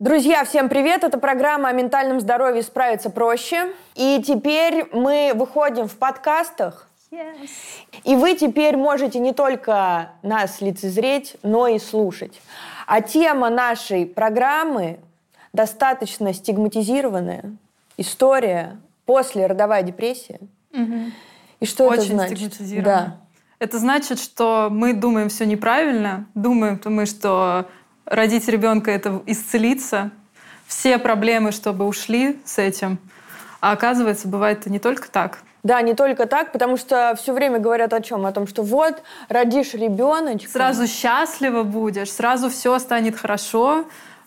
Друзья, всем привет! Это программа о ментальном здоровье «Справиться проще». И теперь мы выходим в подкастах. Yes. И вы теперь можете не только нас лицезреть, но и слушать. А тема нашей программы достаточно стигматизированная. История послеродовая депрессия. Угу. И что Очень это значит? стигматизировано. Да. Это значит, что мы думаем все неправильно, думаем мы, что родить ребенка — это исцелиться, все проблемы, чтобы ушли с этим. А оказывается, бывает это не только так. Да, не только так, потому что все время говорят о чем? О том, что вот, родишь ребеночка. Сразу счастлива будешь, сразу все станет хорошо,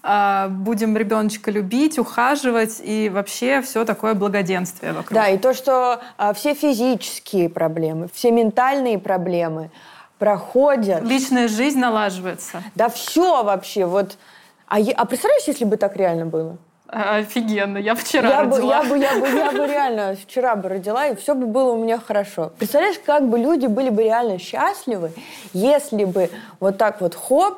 будем ребеночка любить, ухаживать, и вообще все такое благоденствие вокруг. Да, и то, что все физические проблемы, все ментальные проблемы проходят. Личная жизнь налаживается. Да все вообще. Вот. А представляешь, если бы так реально было? Офигенно, я вчера родила. Я бы реально вчера бы родила, и все бы было у меня хорошо. Представляешь, как бы люди были бы реально счастливы, если бы вот так вот хоп,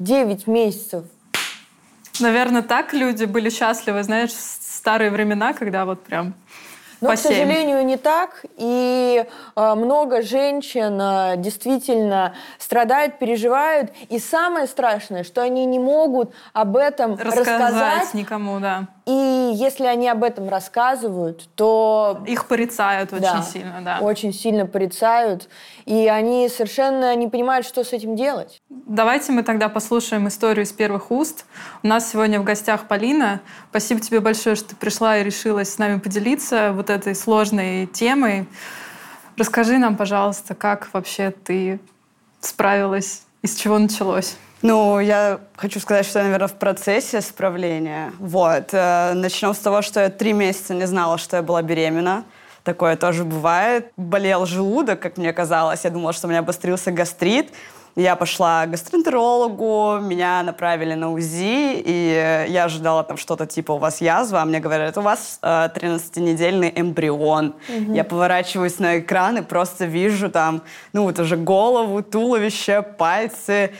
9 месяцев. Наверное, так люди были счастливы, знаешь, в старые времена, когда вот прям но, по к сожалению, не так. И много женщин действительно страдают, переживают. И самое страшное, что они не могут об этом рассказать никому, да. И если они об этом рассказывают, то... Их порицают очень сильно, да. Очень сильно порицают. И они совершенно не понимают, что с этим делать. Давайте мы тогда послушаем историю из первых уст. У нас сегодня в гостях Полина. Спасибо тебе большое, что ты пришла и решилась с нами поделиться вот этой сложной темой. Расскажи нам, пожалуйста, как вообще ты справилась и с чего началось? Ну, я хочу сказать, что я, наверное, в процессе справления. Вот. Начнем с того, что я 3 месяца не знала, что я была беременна. Такое тоже бывает. Болел желудок, как мне казалось. Я думала, что у меня обострился гастрит. Я пошла к гастроэнтерологу, меня направили на УЗИ, и я ожидала там что-то типа «у вас язва», а мне говорят «у вас 13-недельный эмбрион». Угу. Я поворачиваюсь на экран и просто вижу там, ну вот уже голову, туловище, пальцы.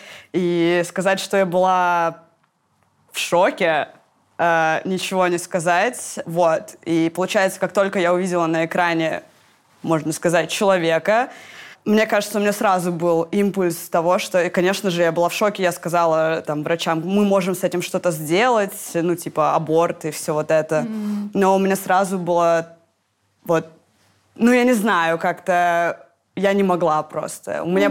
И сказать, что я была в шоке, ничего не сказать. Вот. И получается, как только я увидела на экране, можно сказать, человека, мне кажется, у меня сразу был импульс того, что, и, конечно же, я была в шоке. Я сказала там врачам, мы можем с этим что-то сделать, ну, типа аборт и все вот это. Но у меня сразу было вот, ну, я не знаю, как-то я не могла просто. У меня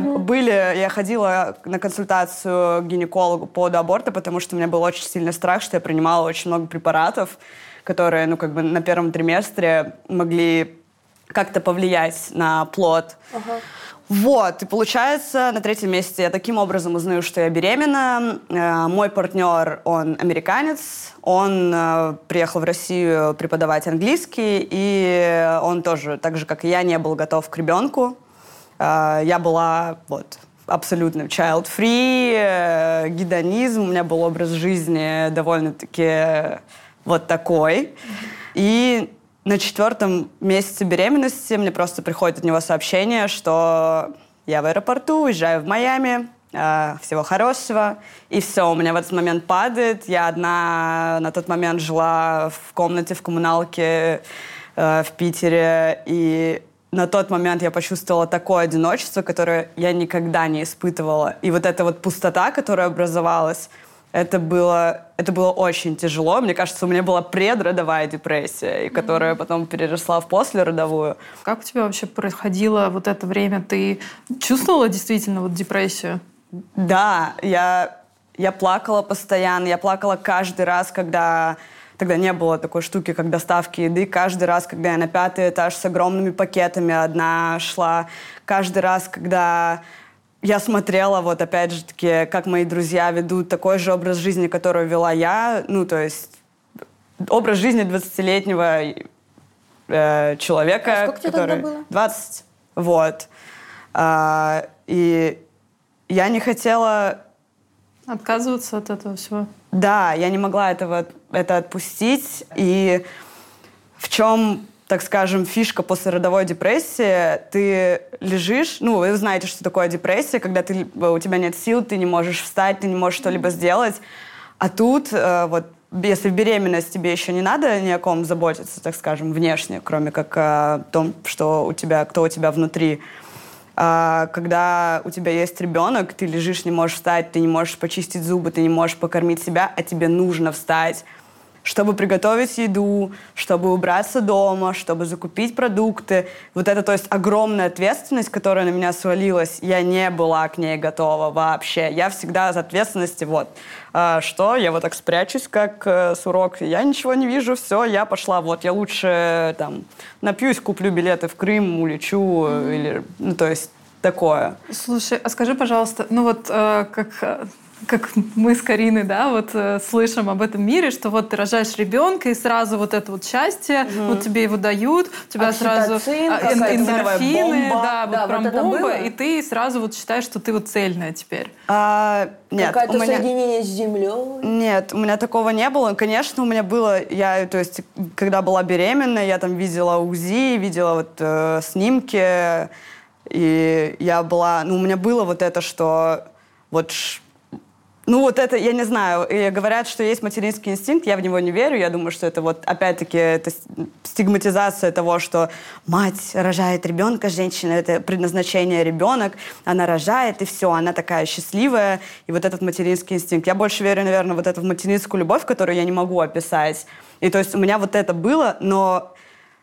я ходила на консультацию к гинекологу по поводу аборта, потому что у меня был очень сильный страх, что я принимала очень много препаратов, которые, ну, как бы на первом триместре могли как-то повлиять на плод. Вот, и получается, на 3-м месяце я таким образом узнаю, что я беременна. Мой партнер, он американец, он приехал в Россию преподавать английский, и он тоже, так же, как и я, не был готов к ребенку. Я была вот абсолютно child-free, гедонизм, у меня был образ жизни довольно-таки вот такой. И на 4-м месяце беременности мне просто приходит от него сообщение, что я в аэропорту, уезжаю в Майами, всего хорошего. И все, у меня в этот момент падает. Я одна на тот момент жила в комнате в коммуналке в Питере. И на тот момент я почувствовала такое одиночество, которое я никогда не испытывала. И вот эта вот пустота, которая образовалась, это было очень тяжело. Мне кажется, у меня была предродовая депрессия, которая потом переросла в послеродовую. Как у тебя вообще происходило вот это время? Ты чувствовала действительно вот депрессию? Да, я плакала постоянно. Я плакала каждый раз, когда... Тогда не было такой штуки, как доставки еды. Каждый раз, когда я на 5-й этаж с огромными пакетами одна шла. Каждый раз, когда... Я смотрела, вот опять же таки, как мои друзья ведут такой же образ жизни, который вела я. Ну, то есть образ жизни 20-летнего человека. А сколько тебе тогда было? 20. Вот. И я не хотела... Отказываться от этого всего? Да, я не могла это отпустить. И в чем... так скажем, фишка послеродовой депрессии, ты лежишь, ну, вы знаете, что такое депрессия, когда у тебя нет сил, ты не можешь встать, ты не можешь что-либо сделать, а тут вот если в беременность тебе еще не надо ни о ком заботиться, так скажем, внешне, кроме как о том, что кто у тебя внутри. Когда у тебя есть ребенок, ты лежишь, не можешь встать, ты не можешь почистить зубы, ты не можешь покормить себя, а тебе нужно встать, чтобы приготовить еду, чтобы убраться дома, чтобы закупить продукты. Вот это, то есть, огромная ответственность, которая на меня свалилась, я не была к ней готова вообще. Я всегда из ответственности, что, я вот так спрячусь, как сурок, я ничего не вижу, все, я пошла, я лучше там напьюсь, куплю билеты в Крым, улечу, или, то есть, такое. Слушай, а скажи, пожалуйста, как мы с Кариной, слышим об этом мире, что ты рожаешь ребенка, и сразу это счастье, тебе его дают, у тебя сразу эндорфины, бомба, и ты сразу считаешь, что ты цельная теперь. Нет, какое-то соединение с землей? Нет, у меня такого не было. Конечно, у меня было, когда была беременна, я там видела УЗИ, видела снимки, и я была, у меня было это, что это, я не знаю, и говорят, что есть материнский инстинкт, я в него не верю, я думаю, что это опять-таки, это стигматизация того, что мать рожает ребенка, женщина, это предназначение ребенок, она рожает, и все, она такая счастливая, и этот материнский инстинкт. Я больше верю, наверное, в материнскую любовь, которую я не могу описать. И то есть у меня это было, но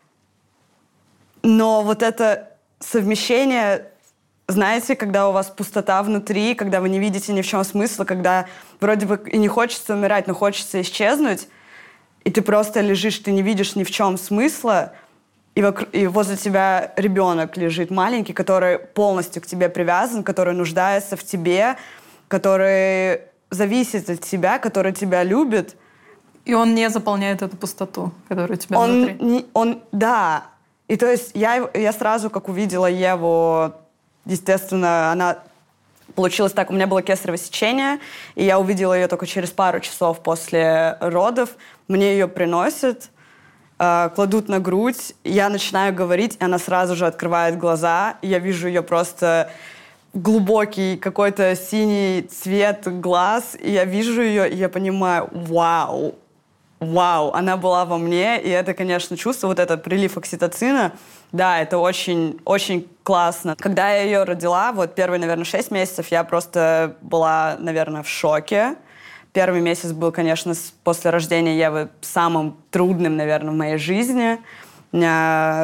это совмещение... Знаете, когда у вас пустота внутри, когда вы не видите ни в чем смысла, когда вроде бы и не хочется умирать, но хочется исчезнуть, и ты просто лежишь, ты не видишь ни в чем смысла, и возле тебя ребенок лежит маленький, который полностью к тебе привязан, который нуждается в тебе, который зависит от тебя, который тебя любит. И он не заполняет эту пустоту, которая у тебя внутри. Да. И то есть я сразу, как увидела Еву, естественно, она получилась так. У меня было кесарево сечение, и я увидела ее только через пару часов после родов. Мне ее приносят, кладут на грудь, я начинаю говорить, и она сразу же открывает глаза. И я вижу ее просто глубокий какой-то синий цвет глаз, и я вижу ее, и я понимаю, вау, она была во мне, и это, конечно, чувство, этот прилив окситоцина, да, это очень, очень классно. Когда я ее родила, первые, наверное, 6 месяцев я просто была, наверное, в шоке. Первый месяц был, конечно, после рождения Евы самым трудным, наверное, в моей жизни. У меня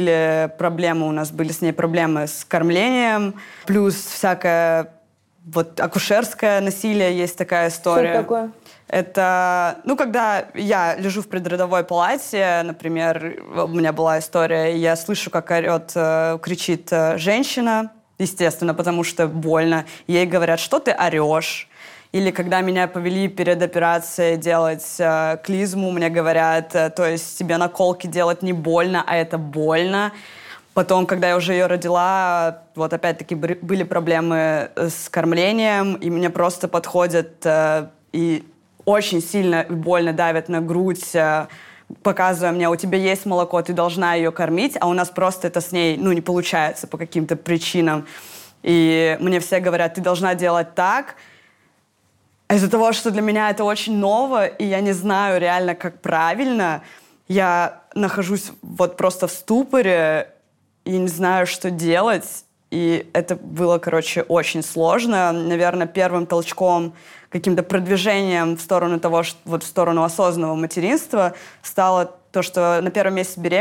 у нас были с ней проблемы с кормлением, плюс всякое акушерское насилие, есть такая история. Что такое? Это, когда я лежу в предродовой палате, например, у меня была история, я слышу, как кричит женщина, естественно, потому что больно. Ей говорят, что ты орешь. Или когда меня повели перед операцией делать клизму, мне говорят, то есть тебе наколки делать не больно, а это больно. Потом, когда я уже ее родила, опять-таки были проблемы с кормлением, и мне просто подходят и очень сильно и больно давят на грудь, показывая мне, у тебя есть молоко, ты должна ее кормить, а у нас просто это с ней, не получается по каким-то причинам. И мне все говорят, ты должна делать так. Из-за того, что для меня это очень ново, и я не знаю реально, как правильно, я нахожусь просто в ступоре и не знаю, что делать. И это было, очень сложно. Наверное, первым толчком, каким-то продвижением в сторону того, в сторону осознанного материнства стало то, что на первый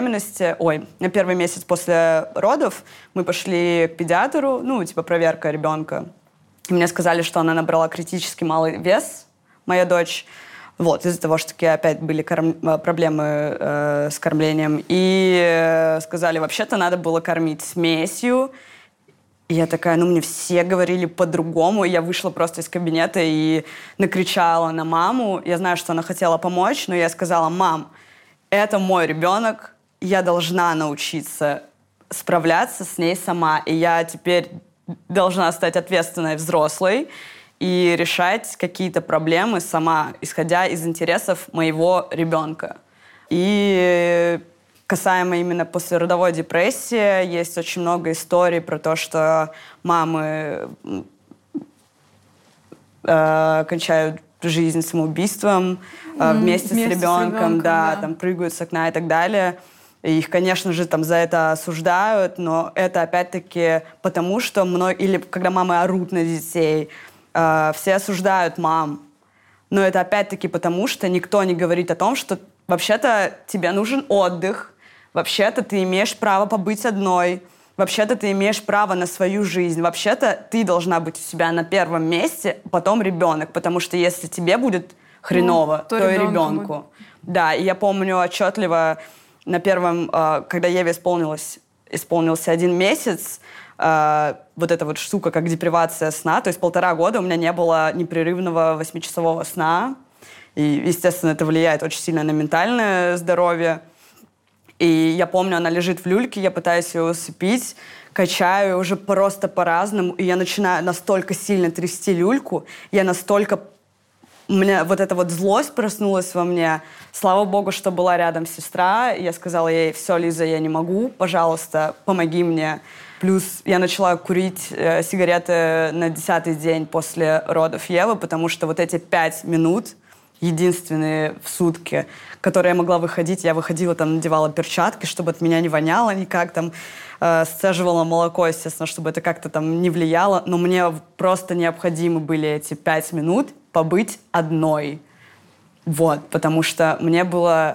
месяц после родов мы пошли к педиатру, проверка ребенка. И мне сказали, что она набрала критически малый вес, моя дочь. Из-за того, что опять были проблемы с кормлением. И сказали, вообще-то надо было кормить смесью. И я такая, мне все говорили по-другому. И я вышла просто из кабинета и накричала на маму. Я знаю, что она хотела помочь, но я сказала, мам, это мой ребенок, я должна научиться справляться с ней сама. И я теперь должна стать ответственной взрослой и решать какие-то проблемы сама, исходя из интересов моего ребенка. И касаемо именно послеродовой депрессии, есть очень много историй про то, что мамы кончают жизнь самоубийством вместе с ребенком, да, там прыгают с окна и так далее. И их, конечно же, там за это осуждают, но это опять-таки потому, что или когда мамы орут на детей, все осуждают мам. Но это опять-таки потому, что никто не говорит о том, что вообще-то тебе нужен отдых, вообще-то ты имеешь право побыть одной, вообще-то ты имеешь право на свою жизнь, вообще-то ты должна быть у себя на первом месте, потом ребенок, потому что если тебе будет хреново, то и ребенку. Да, и я помню отчетливо на первом, когда Еве исполнился 1 месяц, вот эта вот штука, как депривация сна, то есть 1,5 года у меня не было непрерывного 8-часового сна, и, естественно, это влияет очень сильно на ментальное здоровье. И я помню, она лежит в люльке, я пытаюсь ее усыпить, качаю уже просто по-разному, и я начинаю настолько сильно трясти люльку, у меня вот эта вот злость проснулась во мне. Слава богу, что была рядом сестра. Я сказала ей: все, Лиза, я не могу, пожалуйста, помоги мне. Плюс я начала курить сигареты на 10-й день после родов Евы, потому что вот эти 5 минут, единственные в сутки, которые я могла выходить, я выходила, там, надевала перчатки, чтобы от меня не воняло никак, там, сцеживала молоко, естественно, чтобы это как-то там не влияло, но мне просто необходимы были эти 5 минут побыть одной. Вот, потому что мне было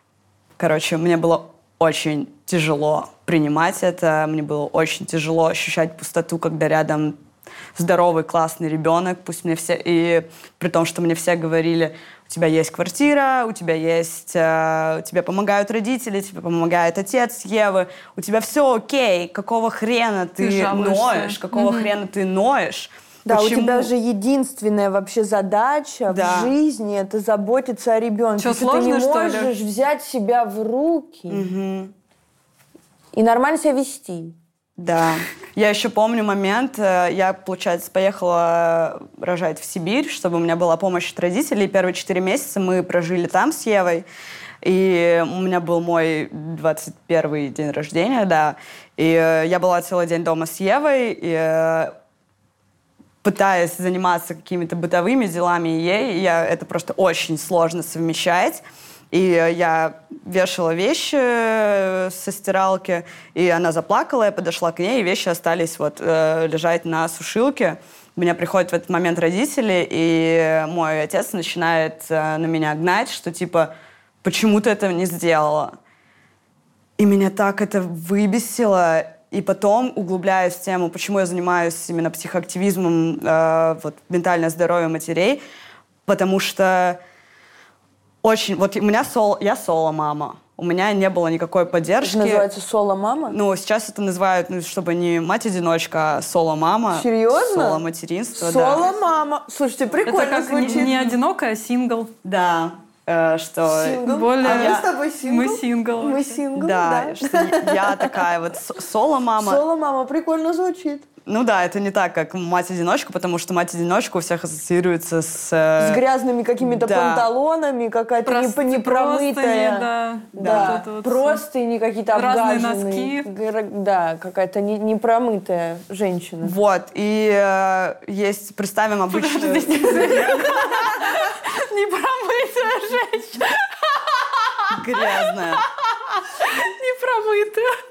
очень тяжело принимать это, мне было очень тяжело ощущать пустоту, когда рядом здоровый, классный ребенок, пусть мне все... И при том, что мне все говорили: у тебя есть квартира, тебе помогают родители, тебе помогает отец Евы, у тебя все окей, какого хрена ты ноешь, какого хрена ты ноешь? Да, Почему? у тебя же единственная вообще задача в жизни — это заботиться о ребенке. Что, ты сложно, не что ли? можешь взять себя в руки и нормально себя вести. Да. Я еще помню момент, я, получается, поехала рожать в Сибирь, чтобы у меня была помощь от родителей. Первые 4 месяца мы прожили там с Евой. И у меня был мой 21-й день рождения, да. И я была целый день дома с Евой, и пытаясь заниматься какими-то бытовыми делами ей, это просто очень сложно совмещать. И я вешала вещи со стиралки, и она заплакала, я подошла к ней, и вещи остались лежать на сушилке. У меня приходят в этот момент родители, и мой отец начинает на меня гнать, что типа: почему ты этого не сделала? И меня так это выбесило. И потом, углубляясь в тему, почему я занимаюсь именно психоактивизмом, ментальное здоровье матерей, потому что очень... Вот у меня я соло-мама. У меня не было никакой поддержки. Это называется соло-мама? Ну, сейчас это называют, чтобы не мать-одиночка, а соло-мама. Серьезно? Соло-материнство, Соло-мама. Слушайте, прикольно это как звучит. не одинокая, а сингл. Да. Что... Сингл? Более... А мы с тобой сингл? Мы сингл. Мы сингл, да. Что я такая вот соло-мама. Соло-мама прикольно звучит. Ну да, это не так, как мать-одиночка, потому что мать-одиночка у всех ассоциируется с грязными какими-то панталонами, какая-то непромытая. Да. Простыни какие-то разные обгаженные. носки. Да, какая-то непромытая женщина. Вот, и есть, представим обычную... Непромытая женщина. Грязная. Непромытая.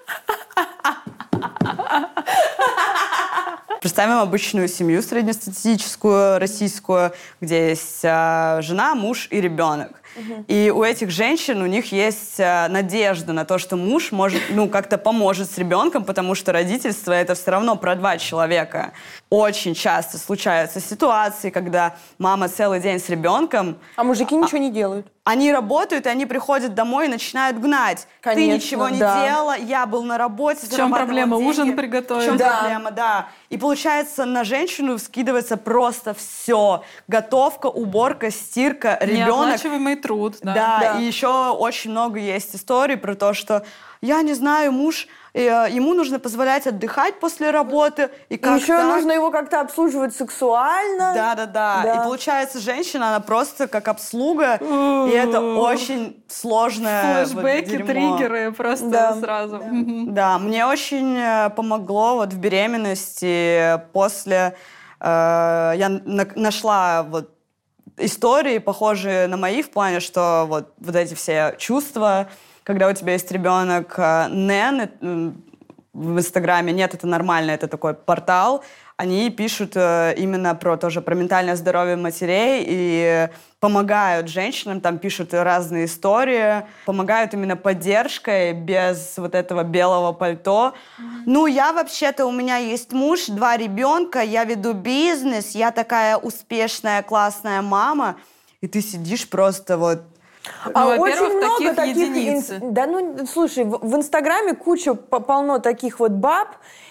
Представим обычную семью среднестатистическую, российскую, где есть жена, муж и ребенок. И у этих женщин, у них есть надежда на то, что муж может, как-то поможет с ребенком, потому что родительство — это все равно про 2 человека. Очень часто случаются ситуации, когда мама целый день с ребенком. А мужики ничего не делают. Они работают, и они приходят домой и начинают гнать. Конечно, ты ничего не делала, я был на работе, в чем проблема? деньги. Ужин приготовить. В чем проблема, да. И получается, на женщину скидывается просто все. Готовка, уборка, стирка, ребенок. Неоплачиваемый труд. Да, и еще очень много есть историй про то, что, я не знаю, муж... ему нужно позволять отдыхать после работы. И еще нужно его как-то обслуживать сексуально. Да. И получается, женщина, она просто как обслуга, и это очень сложное флешбеки, триггеры просто сразу. Да, мне очень помогло в беременности после... я нашла истории, похожие на мои, в плане, что вот эти все чувства, когда у тебя есть ребенок, Нэн в Инстаграме, нет, это нормально, это такой портал, они пишут именно про ментальное здоровье матерей и помогают женщинам, там пишут разные истории, помогают именно поддержкой, без вот этого белого пальто. Ну, я вообще-то, у меня есть муж, 2 ребенка, я веду бизнес, я такая успешная, классная мама. И ты сидишь просто вот... Очень много таких единиц. Да, ну, слушай, в Инстаграме куча полно таких вот баб,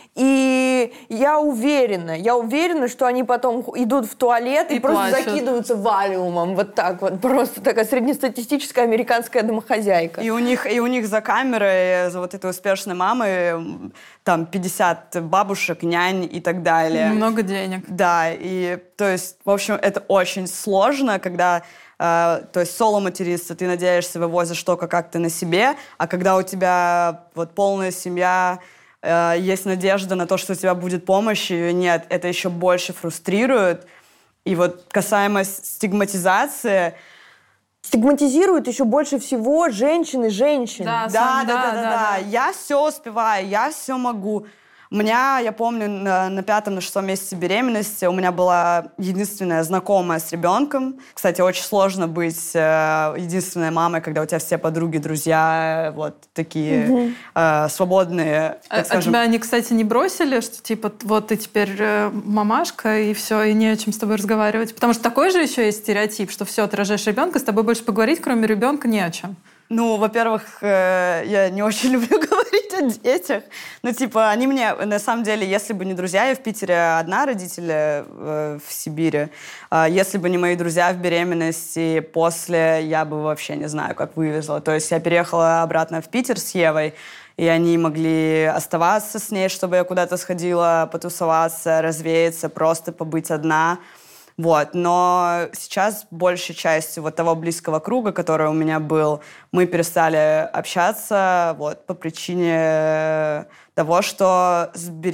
и я уверена, что они потом идут в туалет и просто плачут. закидываются валиумом, вот так вот, просто такая среднестатистическая американская домохозяйка. И у них за камерой, за вот этой успешной мамой, там 50 бабушек, нянь и так далее. Много денег. Да, и то есть, в общем, это очень сложно, когда... то есть соло-материнство, ты надеешься, вывозишь только как-то на себе, а когда у тебя вот полная семья, есть надежда на то, что у тебя будет помощь, ее нет, это еще больше фрустрирует. И вот касаемо стигматизации... Стигматизируют еще больше всего женщин. Да. Я все успеваю, я все могу. Я помню, на 5-6 месяце беременности у меня была единственная знакомая с ребенком. Кстати, очень сложно быть единственной мамой, когда у тебя все подруги, друзья вот такие свободные, так скажем. А тебя они, кстати, не бросили, что типа вот ты теперь мамашка, и все, и не о чем с тобой разговаривать? Потому что такой же еще есть стереотип, что все, ты рожаешь ребенка, с тобой больше поговорить, кроме ребенка, не о чем. Ну, во-первых, я не очень люблю говорить о детях. Ну, типа, они мне, на самом деле, если бы не друзья, я в Питере одна, родители в Сибири. Если бы не мои друзья в беременности, после я бы вообще не знаю, как вывезла. То есть я переехала обратно в Питер с Евой, и они могли оставаться с ней, чтобы я куда-то сходила, потусоваться, развеяться, просто побыть одна. Вот. Но сейчас большей частью вот того близкого круга, который у меня был, мы перестали общаться вот, по причине того, что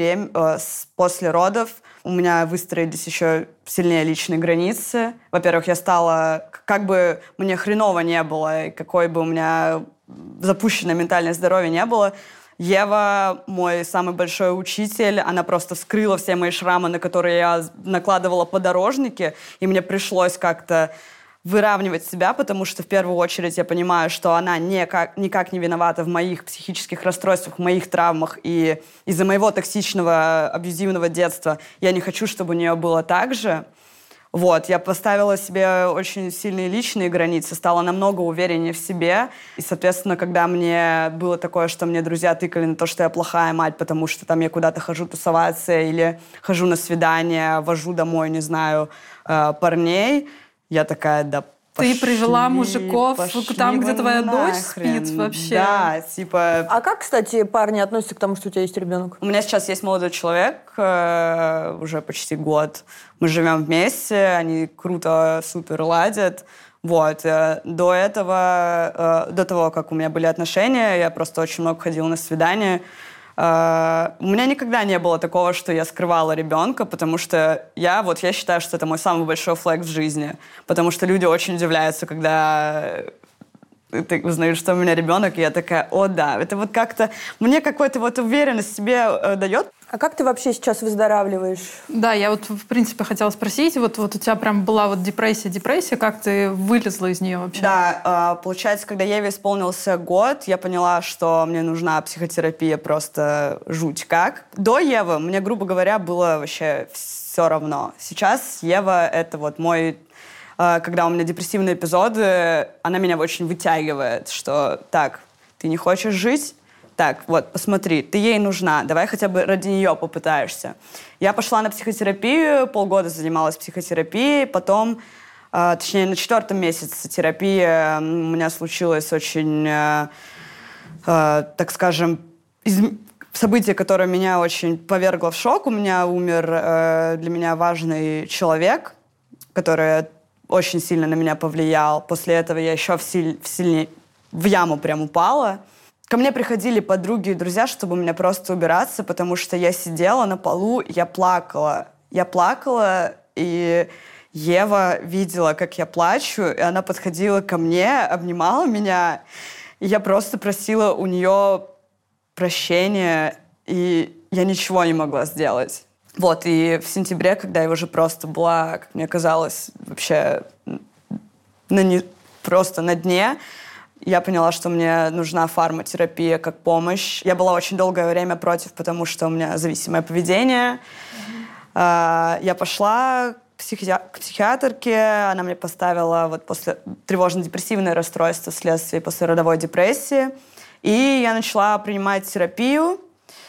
после родов у меня выстроились еще сильнее личные границы. Во-первых, я стала, как бы мне хреново не было, и какой бы у меня запущенное ментальное здоровье не было, Ева, мой самый большой учитель, она просто вскрыла все мои шрамы, на которые я накладывала подорожники, и мне пришлось как-то выравнивать себя, потому что в первую очередь я понимаю, что она никак не виновата в моих психических расстройствах, в моих травмах, и из-за моего токсичного, абьюзивного детства я не хочу, чтобы у нее было так же. Вот, я поставила себе очень сильные личные границы, стала намного увереннее в себе. И, соответственно, когда мне было такое, что мне друзья тыкали на то, что я плохая мать, потому что там я куда-то хожу тусоваться или хожу на свидание, вожу домой, не знаю, парней, я такая, да пошли, ты привела мужиков там, где твоя нахрен. дочь спит вообще. Да, типа... А как, кстати, парни относятся к тому, что у тебя есть ребенок? У меня сейчас есть молодой человек, уже почти год. Мы живем вместе, они круто, супер ладят. Вот. До того, как у меня были отношения, я просто очень много ходила на свидания. У меня никогда не было такого, что я скрывала ребенка, потому что я считаю, что это мой самый большой флэг в жизни. Потому что люди очень удивляются, когда ты узнаешь, что у меня ребенок, и я такая, о да, это вот как-то мне какую-то вот уверенность в себе дает. А как ты вообще сейчас выздоравливаешь? Да, я вот, в принципе, хотела спросить, вот у тебя прям была вот депрессия, как ты вылезла из нее вообще? Да, получается, когда Еве исполнился год, я поняла, что мне нужна психотерапия просто жуть как. До Евы мне, грубо говоря, было вообще все равно. Сейчас Ева — это вот мой... Когда у меня депрессивные эпизоды, она меня очень вытягивает, что так, ты не хочешь жить? Так, вот, посмотри, ты ей нужна, давай хотя бы ради нее попытаешься. Я пошла на психотерапию, полгода занималась психотерапией, потом, точнее, на 4-м месяце терапии у меня случилось очень, так скажем, событие, которое меня очень повергло в шок. У меня умер для меня важный человек, который очень сильно на меня повлиял. После этого я еще в яму прям упала. Ко мне приходили подруги и друзья, чтобы меня просто убираться, потому что я сидела на полу, я плакала. Я плакала, и Ева видела, как я плачу, и она подходила ко мне, обнимала меня, и я просто просила у нее прощения, и я ничего не могла сделать. Вот, и в сентябре, когда я уже просто была, как мне казалось, вообще просто на дне, я поняла, что мне нужна фармотерапия как помощь. Я была очень долгое время против, потому что у меня зависимое поведение. Я пошла к психиатрке, она мне поставила вот после тревожно-депрессивное расстройство вследствие послеродовой депрессии. И я начала принимать терапию,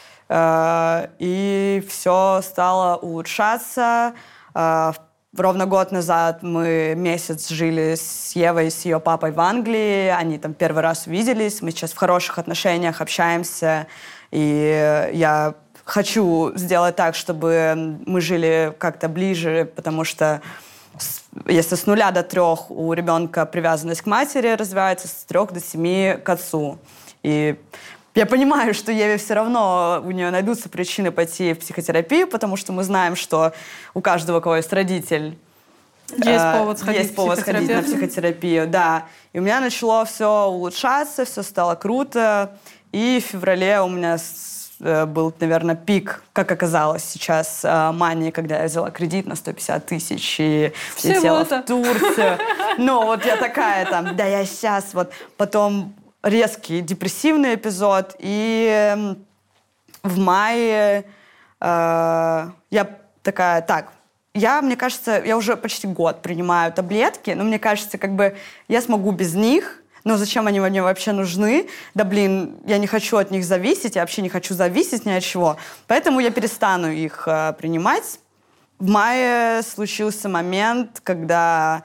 и все стало улучшаться. Ровно год назад мы месяц жили с Евой и с ее папой в Англии. Они там первый раз увиделись. Мы сейчас в хороших отношениях, общаемся. И я хочу сделать так, чтобы мы жили как-то ближе, потому что если с 0 до 3 у ребенка привязанность к матери развивается, с 3 до 7 к отцу. И я понимаю, что Еве все равно, у нее найдутся причины пойти в психотерапию, потому что мы знаем, что у каждого, у кого есть родитель, есть повод сходить на психотерапию. Да. И у меня начало все улучшаться, все стало круто. И в феврале у меня был, наверное, пик, как оказалось сейчас, мании, когда я взяла кредит на 150 тысяч и летела в Турцию. Ну, вот я такая там, да я сейчас вот. Потом резкий депрессивный эпизод. И в мае я такая, так, мне кажется, я уже почти год принимаю таблетки, но мне кажется, как бы я смогу без них, но зачем они мне вообще нужны? Да блин, я не хочу от них зависеть, я вообще не хочу зависеть ни от чего. Поэтому я перестану их принимать. В мае случился момент, когда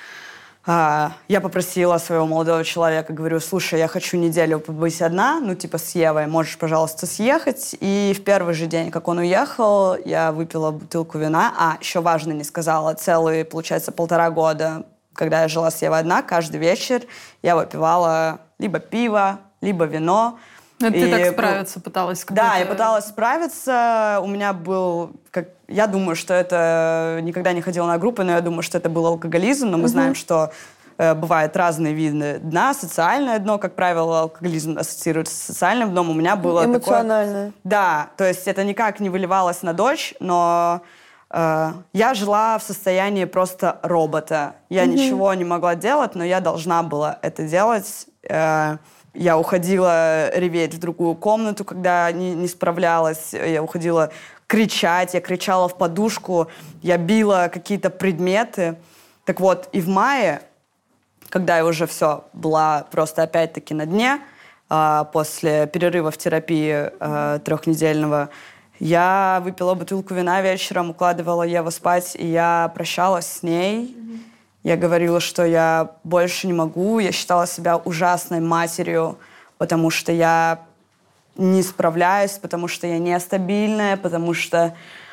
я попросила своего молодого человека, говорю, слушай, я хочу неделю побыть одна, ну типа с Евой, можешь, пожалуйста, съехать. И в первый же день, как он уехал, я выпила бутылку вина. Еще важно не сказала, целые, получается, 1,5 года, когда я жила с Евой одна, каждый вечер я выпивала либо пиво, либо вино. Ты так справиться пыталась? Да, я пыталась справиться. У меня был... Я думаю, что это... Никогда не ходила на группы, но я думаю, что это был алкоголизм. Но мы знаем, что бывают разные виды дна. Социальное дно, как правило, алкоголизм ассоциируется с социальным дном. У меня было эмоциональное. Такое... Да, то есть это никак не выливалось на дочь, но... Я жила в состоянии просто робота. Я ничего не могла делать, но я должна была это делать. Я уходила реветь в другую комнату, когда не справлялась. Я уходила кричать, я кричала в подушку, я била какие-то предметы. Так вот, и в мае, когда я уже все была просто опять-таки на дне, после перерыва в терапии 3-недельного, я выпила бутылку вина вечером, укладывала Еву спать, и я прощалась с ней. Я говорила, что я больше не могу. Я считала себя ужасной матерью, потому что я не справляюсь, потому что я нестабильная, потому что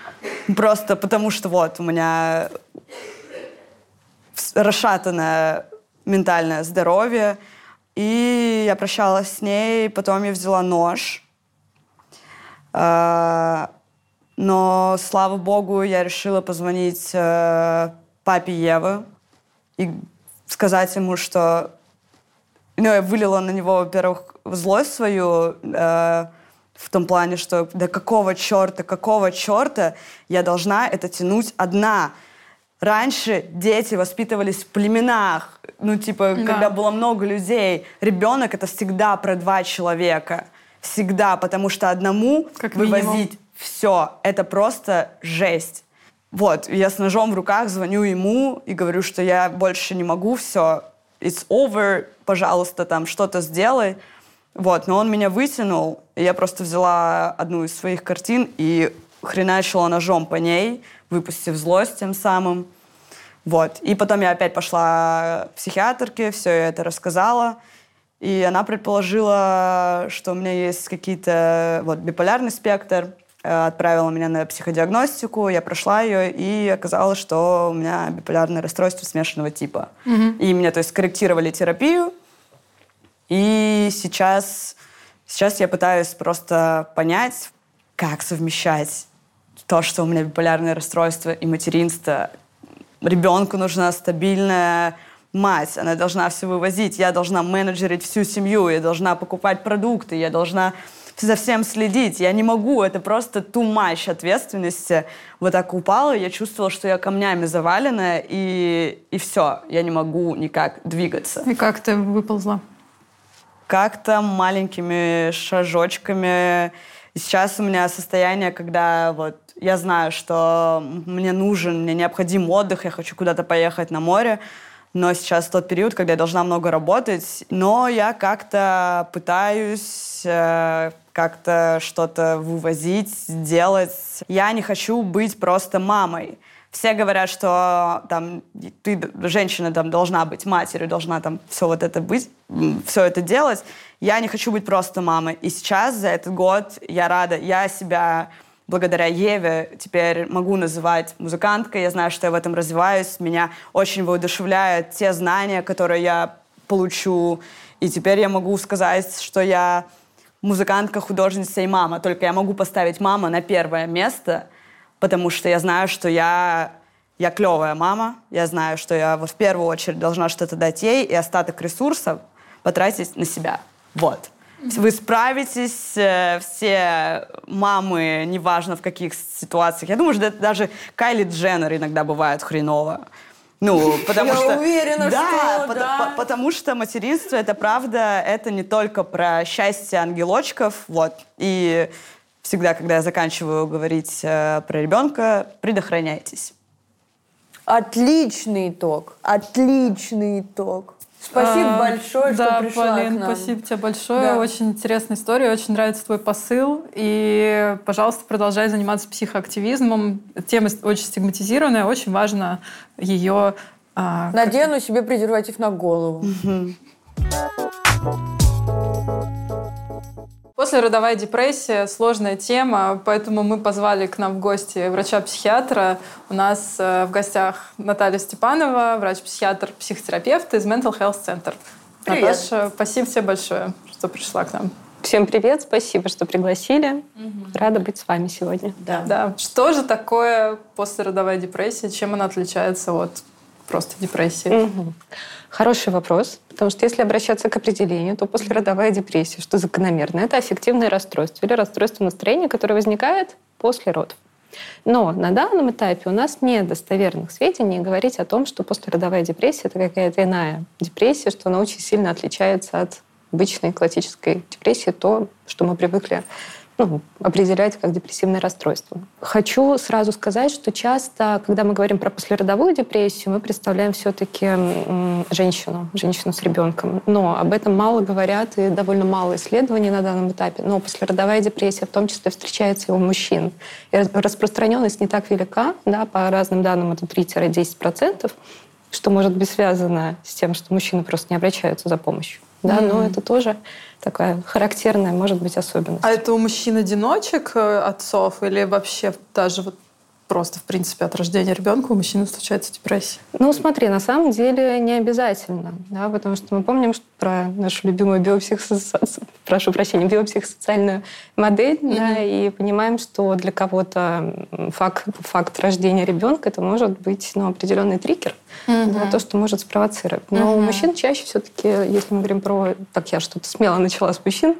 вот у меня расшатанное ментальное здоровье. И я прощалась с ней, потом я взяла нож. Но, слава богу, я решила позвонить папе Евы и сказать ему, что... я вылила на него, во-первых, злость свою в том плане, что да какого черта я должна это тянуть одна. Раньше дети воспитывались в племенах, когда было много людей. Ребенок — это всегда про 2 человека. Всегда, потому что одному как вывозить все — это просто жесть. Вот, я с ножом в руках звоню ему и говорю, что я больше не могу, все, it's over, пожалуйста, там что-то сделай. Вот, но он меня вытянул, и я просто взяла одну из своих картин и хреначила ножом по ней, выпустив злость тем самым. Вот, и потом я опять пошла к психиатрке, все это рассказала. И она предположила, что у меня есть какие-то... биполярный спектр. Отправила меня на психодиагностику, я прошла ее, и оказалось, что у меня биполярное расстройство смешанного типа. И мне, корректировали терапию. И сейчас я пытаюсь просто понять, как совмещать то, что у меня биполярное расстройство и материнство. ребенку нужна стабильная мать, она должна все вывозить, я должна менеджерить всю семью, я должна покупать продукты, я должна за всем следить. Я не могу, это просто too much ответственности. Вот так упала, я чувствовала, что я камнями завалена, и все, я не могу никак двигаться. И как ты выползла? Как-то маленькими шажочками. И сейчас у меня состояние, когда вот я знаю, что мне необходим отдых, я хочу куда-то поехать на море, но сейчас тот период, когда я должна много работать, но я как-то пытаюсь как-то что-то вывозить, делать. Я не хочу быть просто мамой. Все говорят, что там, ты, женщина, там, должна быть матерью, должна там все вот это быть, все это делать. Я не хочу быть просто мамой. И сейчас, за этот год, я рада. Я себя, благодаря Еве, теперь могу называть музыканткой. Я знаю, что я в этом развиваюсь. Меня очень воодушевляют те знания, которые я получу. И теперь я могу сказать, что я музыкантка, художница и мама. Только я могу поставить маму на первое место, потому что я знаю, что я клевая мама. Я знаю, что я вот в первую очередь должна что-то дать ей, и остаток ресурсов потратить на себя. Вот. Вы справитесь, все мамы, неважно в каких ситуациях. Я думаю, что даже Кайли Дженнер иногда бывает хреново. Ну, потому что... Я уверена, да, что да. Потому что материнство, это правда, это не только про счастье ангелочков, вот. И всегда, когда я заканчиваю говорить про ребенка, предохраняйтесь. Отличный итог. Отличный итог. Спасибо большое, что пришла Полин, к нам. спасибо тебе большое. Да. Очень интересная история, очень нравится твой посыл. И, пожалуйста, продолжай заниматься психоактивизмом. Тема очень стигматизированная, очень важно ее... Надену себе презерватив на голову. Послеродовая депрессия — сложная тема, поэтому мы позвали к нам в гости врача-психиатра. У нас в гостях Наталья Степанова, врач-психиатр, психотерапевт из Mental Health Center. Привет. Наташа, спасибо тебе большое, что пришла к нам. Всем привет, спасибо, что пригласили. Рада быть с вами сегодня. Да. Что же такое послеродовая депрессия? Чем она отличается от просто депрессии? Хороший вопрос, потому что если обращаться к определению, то послеродовая депрессия, что закономерно, это аффективное расстройство или расстройство настроения, которое возникает после родов. Но на данном этапе у нас нет достоверных сведений говорить о том, что послеродовая депрессия — это какая-то иная депрессия, что она очень сильно отличается от обычной классической депрессии, то, что мы привыкли определять как депрессивное расстройство. Хочу сразу сказать, что часто, когда мы говорим про послеродовую депрессию, мы представляем все-таки женщину с ребенком. Но об этом мало говорят и довольно мало исследований на данном этапе. Но послеродовая депрессия в том числе встречается и у мужчин. И распространенность не так велика, да, по разным данным это 3-10%, что может быть связано с тем, что мужчины просто не обращаются за помощью. Да, но это тоже такая характерная, может быть, особенность. А это у мужчин-одиночек, отцов, или вообще даже вот просто, в принципе, от рождения ребенка у мужчины случается депрессия? Ну, смотри, на самом деле не обязательно, да, потому что мы помним про нашу любимую биопсихосоциальную модель, да, и понимаем, что для кого-то факт рождения ребенка это может быть определенный триггер, да, то, что может спровоцировать. Но у мужчин чаще все-таки, если мы говорим про... Так, я что-то смело начала с мужчин.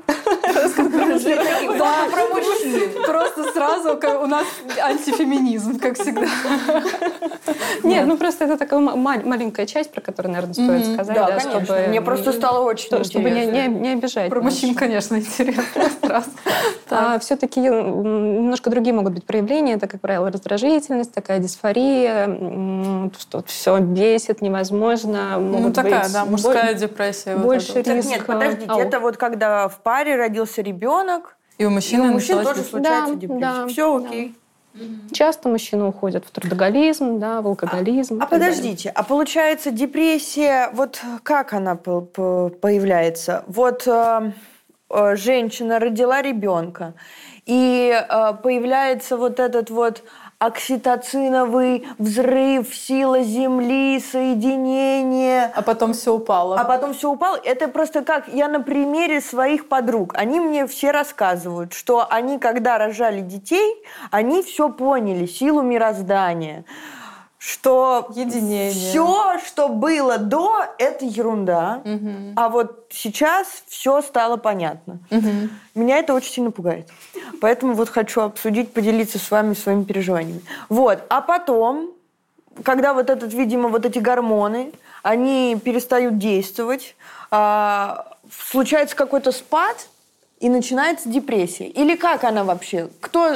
Да, про мужчин. Просто сразу у нас антифеминизм, как всегда. Нет, просто это такая маленькая часть, про которую, наверное, стоит сказать. Да, конечно. Мне просто стало очень интересно. Чтобы не обижать. Про мужчин, конечно, интересно. А все-таки немножко другие могут быть проявления. Это, как правило, раздражительность, такая дисфория, что все бесит, невозможно. Ну, такая, да, мужская депрессия. Больше риск. Нет, подождите, это вот когда в паре родился ребенок, и у мужчин тоже случается депрессия. Все окей. Часто мужчины уходят в трудоголизм, в алкоголизм. А подождите, а получается депрессия, вот как она появляется? Вот женщина родила ребенка, и появляется вот этот вот окситоциновый взрыв, сила Земли, соединение. А потом все упало. Это просто как я на примере своих подруг. Они мне все рассказывают, что они, когда рожали детей, они все поняли, силу мироздания. что Единение. все, что было до, это ерунда, а вот сейчас все стало понятно. Меня это очень сильно пугает. Поэтому вот хочу обсудить, поделиться с вами своими переживаниями. Вот. А потом, когда вот этот, видимо, вот эти гормоны, они перестают действовать, случается какой-то спад, и начинается депрессия. Или как она вообще? Кто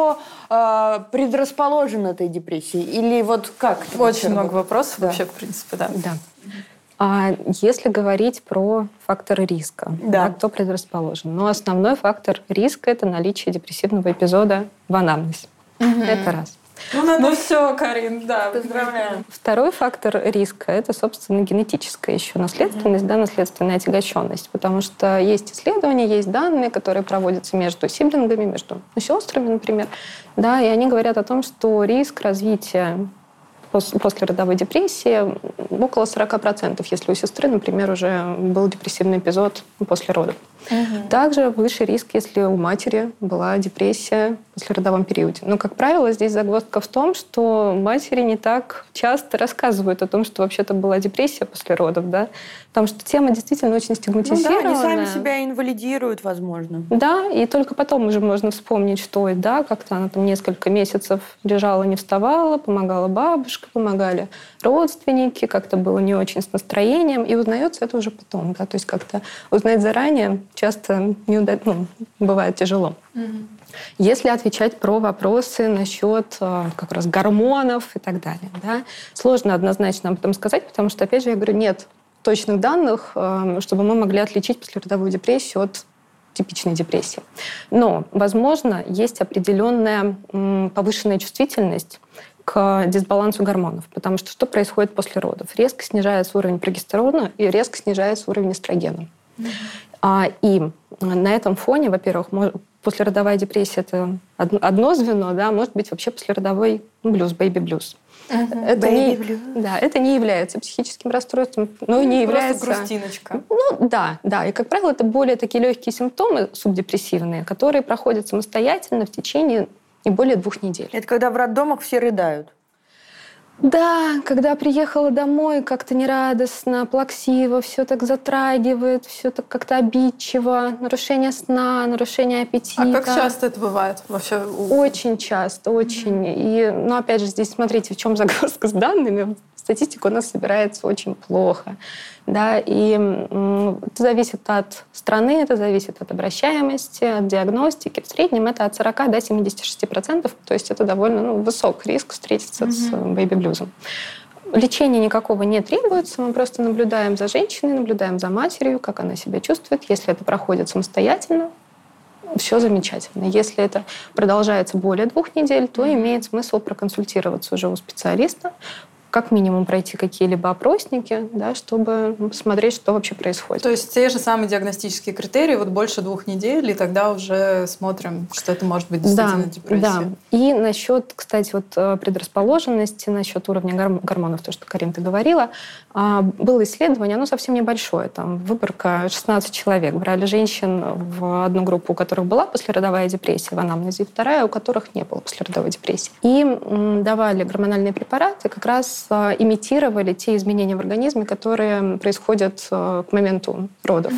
предрасположен этой депрессии? Или вот как? Очень много вопросов вообще, в принципе, да. А если говорить про факторы риска, кто предрасположен? Ну, основной фактор риска – это наличие депрессивного эпизода в анамнезе. Это раз. Ну все, Карин, да. Поздравляю. Второй фактор риска – это, собственно, генетическая еще наследственность, наследственная отягощенность. Потому что есть исследования, есть данные, которые проводятся между сиблингами, между сестрами, например. Да, и они говорят о том, что риск развития после родовой депрессии около 40%, если у сестры, например, уже был депрессивный эпизод после родов. Также выше риск, если у матери была депрессия в послеродовом периоде. Но, как правило, здесь загвоздка в том, что матери не так часто рассказывают о том, что вообще-то была депрессия после родов, да? Потому что тема действительно очень стигматизирована. Они сами себя инвалидируют, возможно. Да, и только потом уже можно вспомнить, что да, как-то она там несколько месяцев лежала, не вставала, помогала бабушка, помогали родственники, как-то было не очень с настроением, и узнается это уже потом, да, то есть как-то узнать заранее часто бывает тяжело. Если отвечать про вопросы насчет как раз гормонов и так далее, да, сложно однозначно об этом сказать, потому что, опять же, я говорю, нет точных данных, чтобы мы могли отличить послеродовую депрессию от типичной депрессии. Но, возможно, есть определенная повышенная чувствительность к дисбалансу гормонов, потому что что происходит после родов? Резко снижается уровень прогестерона и резко снижается уровень эстрогена. И на этом фоне, во-первых, послеродовая депрессия – это одно звено, да, может быть вообще послеродовой блюз, бэйби-блюз. Это не является психическим расстройством, но и не является... Просто грустиночка. Да. И, как правило, это более такие легкие симптомы субдепрессивные, которые проходят самостоятельно в течение не более 2 недель. Это когда в роддомах все рыдают. Да, когда приехала домой, как-то нерадостно, плаксиво, все так затрагивает, все так как-то обидчиво, нарушение сна, нарушение аппетита. А как часто это бывает вообще? Очень часто, очень. И, опять же, здесь смотрите, в чем загвоздка с данными. Статистика у нас собирается очень плохо. Да, и это зависит от страны, это зависит от обращаемости, от диагностики. В среднем это от 40 до 76%, то есть это довольно высокий риск встретиться с бэйби-блюзом. Лечения никакого не требуется, мы просто наблюдаем за женщиной, наблюдаем за матерью, как она себя чувствует. Если это проходит самостоятельно, все замечательно. Если это продолжается более 2 недель, то имеет смысл проконсультироваться уже у специалиста, как минимум пройти какие-либо опросники, да, чтобы посмотреть, что вообще происходит. То есть те же самые диагностические критерии, больше 2 недель, и тогда уже смотрим, что это может быть действительно депрессия. Да. И насчет, кстати, предрасположенности, насчет уровня гормонов, то, что Карин, ты говорила, было исследование, оно совсем небольшое, там выборка 16 человек. Брали женщин в одну группу, у которых была послеродовая депрессия в анамнезе, и вторая, у которых не было послеродовой депрессии. И давали гормональные препараты, как раз имитировали те изменения в организме, которые происходят к моменту родов.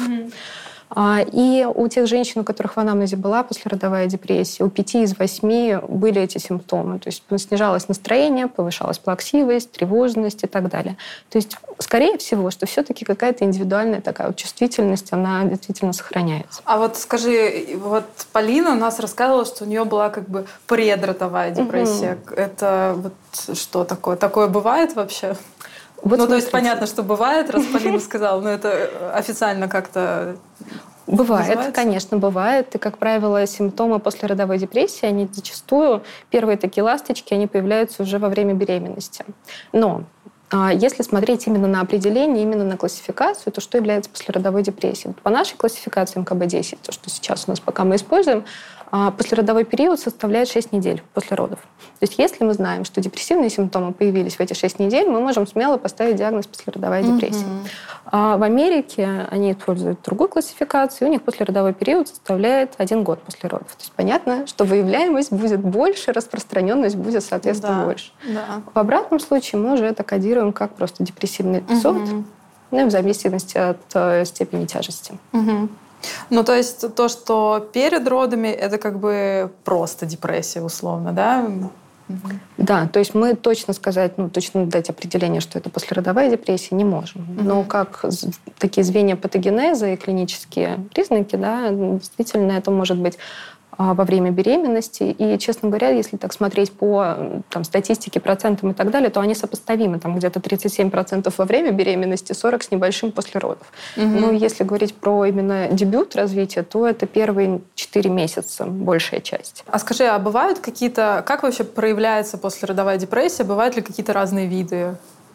И у тех женщин, у которых в анамнезе была послеродовая депрессия, у 5 из 8 были эти симптомы. То есть снижалось настроение, повышалась плаксивость, тревожность и так далее. То есть, скорее всего, что все-таки какая-то индивидуальная такая чувствительность, она действительно сохраняется. А скажи, Полина у нас рассказывала, что у нее была как бы предродовая депрессия. Это что такое? Такое бывает вообще? То есть понятно, что бывает, раз Полина сказала, но это официально как-то бывает, называется? Конечно, бывает. И, как правило, симптомы послеродовой депрессии, они зачастую, первые такие ласточки, они появляются уже во время беременности. Но если смотреть именно на определение, именно на классификацию, то что является послеродовой депрессией? По нашей классификации МКБ-10, то, что сейчас у нас пока мы используем, Послеродовой период составляет 6 недель после родов. То есть если мы знаем, что депрессивные симптомы появились в эти 6 недель, мы можем смело поставить диагноз послеродовая депрессия. В Америке они используют другую классификацию, у них послеродовой период составляет 1 год после родов. То есть понятно, что выявляемость будет больше, распространенность будет, соответственно, больше. Да. В обратном случае мы уже это кодируем как просто депрессивный эпизод, ну, в зависимости от степени тяжести. Ну, то есть то, что перед родами, это как бы просто депрессия, условно, да? Да, то есть мы точно сказать, точно дать определение, что это послеродовая депрессия, не можем. Но как такие звенья патогенеза и клинические признаки, да, действительно это может быть во время беременности. И, честно говоря, если так смотреть по статистике, процентам и так далее, то они сопоставимы. Там где-то 37% во время беременности, 40% с небольшим после родов. Но если говорить про именно дебют развития, то это первые 4 месяца, большая часть. А скажи, а бывают какие-то... Как вообще проявляется послеродовая депрессия? Бывают ли какие-то разные виды?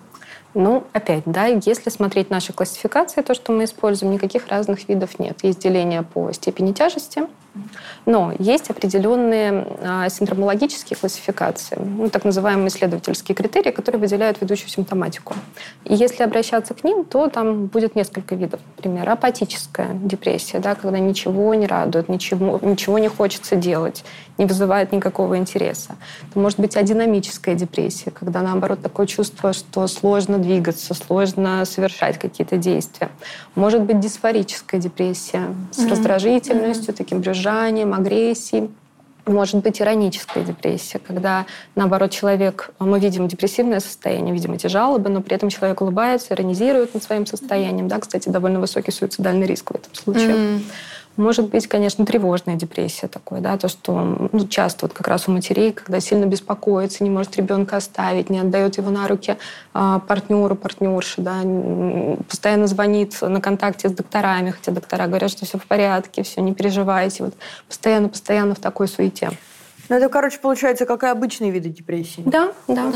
Опять, да, если смотреть наши классификации, то, что мы используем, никаких разных видов нет. Есть деление по степени тяжести, но есть определенные синдромологические классификации, так называемые исследовательские критерии, которые выделяют ведущую симптоматику. И если обращаться к ним, то там будет несколько видов. Например, апатическая депрессия, да, когда ничего не радует, ничего не хочется делать, не вызывает никакого интереса. Это может быть адинамическая депрессия, когда, наоборот, такое чувство, что сложно двигаться, сложно совершать какие-то действия. Может быть дисфорическая депрессия с раздражительностью, таким брюзжанием, агрессией. Может быть ироническая депрессия, когда, наоборот, мы видим депрессивное состояние, видим эти жалобы, но при этом человек улыбается, иронизирует над своим состоянием. Да, кстати, довольно высокий суицидальный риск в этом случае. Может быть, конечно, тревожная депрессия такое, да, то, что часто как раз у матерей, когда сильно беспокоится, не может ребенка оставить, не отдает его на руки партнеру, партнерше, да, постоянно звонит на контакте с докторами, хотя доктора говорят, что все в порядке, все, не переживайте, постоянно в такой суете. Это, получается, как и обычные виды депрессии. Да.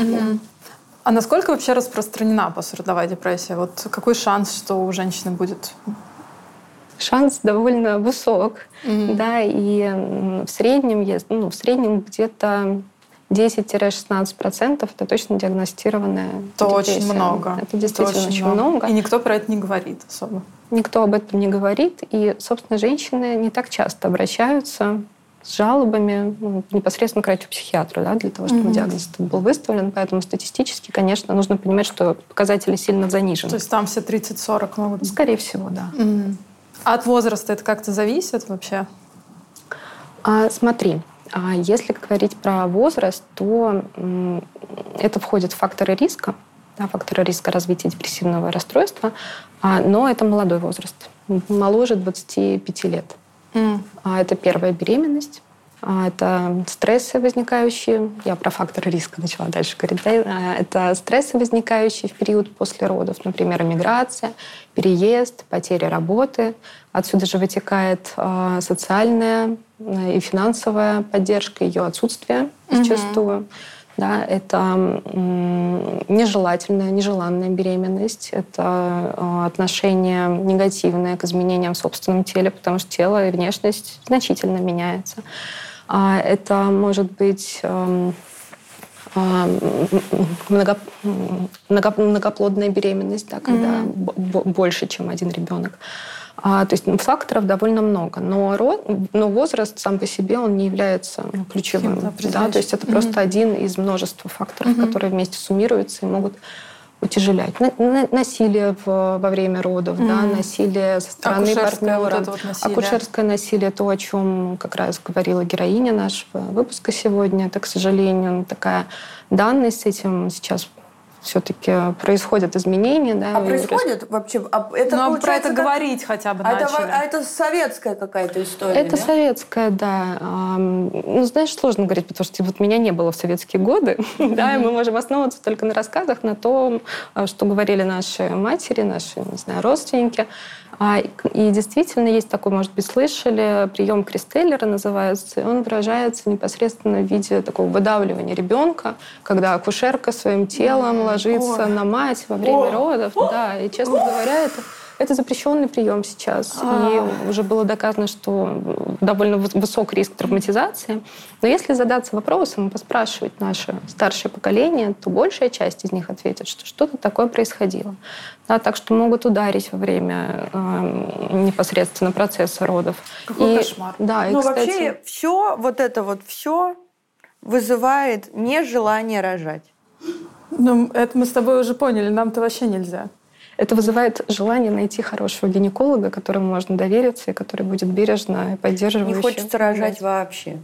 А насколько вообще распространена послеродовая депрессия? Какой шанс, что у женщины будет... Шанс довольно высок, да, и в среднем где-то 10-16% это точно диагностированная депрессия. Очень много. Это действительно очень много. И никто про это не говорит особо. Никто об этом не говорит, и, собственно, женщины не так часто обращаются с жалобами непосредственно к врачу-психиатру, да, для того, чтобы диагноз был выставлен. Поэтому статистически, конечно, нужно понимать, что показатели сильно занижены. То есть там все 30-40 могут быть? Скорее всего, да. А от возраста это как-то зависит вообще? Смотри, если говорить про возраст, то это входит в факторы риска развития депрессивного расстройства, но это молодой возраст, моложе 25 лет. Это первая беременность, это стрессы, возникающие, я про факторы риска начала дальше говорить, да? Это стрессы, возникающие в период после родов, например, эмиграция, переезд, потеря работы. Отсюда же вытекает социальная и финансовая поддержка, ее отсутствие зачастую. Да, это нежеланная беременность, это отношение негативное к изменениям в собственном теле, потому что тело и внешность значительно меняется. Это может быть многоплодная беременность, да, когда больше, чем один ребенок. То есть факторов довольно много. Но возраст сам по себе он не является ключевым. Да? То есть это просто один из множества факторов, которые вместе суммируются и могут утяжелять. Насилие во время родов, да, насилие со стороны партнера. Акушерское насилие, то, о чем как раз говорила героиня нашего выпуска сегодня. Это, к сожалению, такая данность с этим сейчас все-таки происходят изменения. Да, происходит вообще? Это про это говорить хотя бы начали. Это советская какая-то история, Это советская, да. Знаешь, сложно говорить, потому что меня не было в советские годы. Да, и мы можем основываться только на рассказах, на том, что говорили наши матери, наши, родственники. И действительно есть такой, может быть, слышали, прием Кристеллера называется, и он выражается непосредственно в виде такого выдавливания ребенка, когда акушерка своим телом ложится на мать во время родов. Да, и, честно говоря, это Это запрещенный прием сейчас. И уже было доказано, что довольно высок риск травматизации. Но если задаться вопросом и поспрашивать наше старшее поколение, то большая часть из них ответит, что что-то такое происходило. Да, так что могут ударить во время непосредственно процесса родов. Какой кошмар. Да, и, Но кстати, вообще все вызывает нежелание рожать. Ну, это мы с тобой уже поняли, нам-то вообще нельзя. это вызывает желание найти хорошего гинеколога, которому можно довериться и который будет бережно и поддерживающе. Не хочется рожать вообще.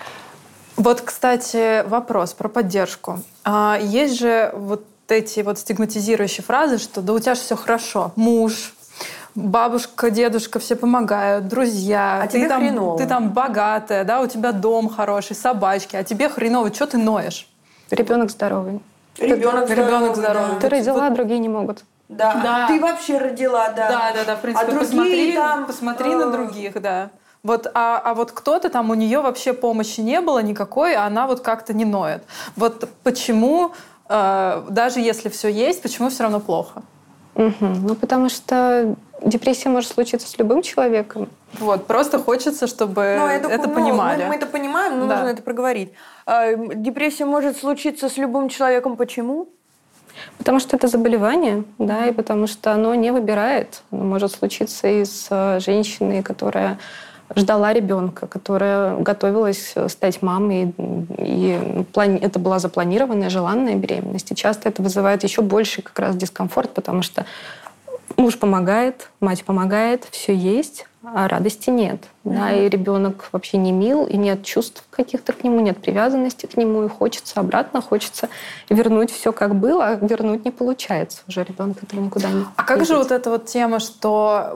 Вот, кстати, вопрос про поддержку. Есть же вот эти вот стигматизирующие фразы, что да у тебя же все хорошо. Муж, бабушка, дедушка все помогают, друзья. А тебе хреново. Ты там богатая, да, у тебя дом хороший, собачки, а тебе хреново, что ты ноешь? Ребенок здоровый. Ребенок здоровый. Ты родила, другие не могут. Да. Ты вообще родила, да. Да, в принципе, посмотри на других, да. Вот, а вот кто-то там, у нее вообще помощи не было никакой, а она вот как-то не ноет. Вот почему, даже если все есть, почему все равно плохо? Ну, потому что депрессия может случиться с любым человеком. Вот, просто хочется, чтобы это понимали. Мы это понимаем, но нужно это проговорить. Депрессия может случиться с любым человеком. Почему? Потому что это заболевание, да, и потому что оно не выбирает. Оно может случиться и с женщиной, которая ждала ребенка, которая готовилась стать мамой, и это была запланированная, желанная беременность. И часто это вызывает еще больший как раз дискомфорт, потому что муж помогает, мать помогает, все есть, а радости нет. Да, и ребенок вообще не мил, и нет чувств каких-то к нему, нет привязанности к нему, и хочется обратно, хочется вернуть все как было, а вернуть не получается. Уже ребенок этого никуда не... А как же вот эта вот тема, что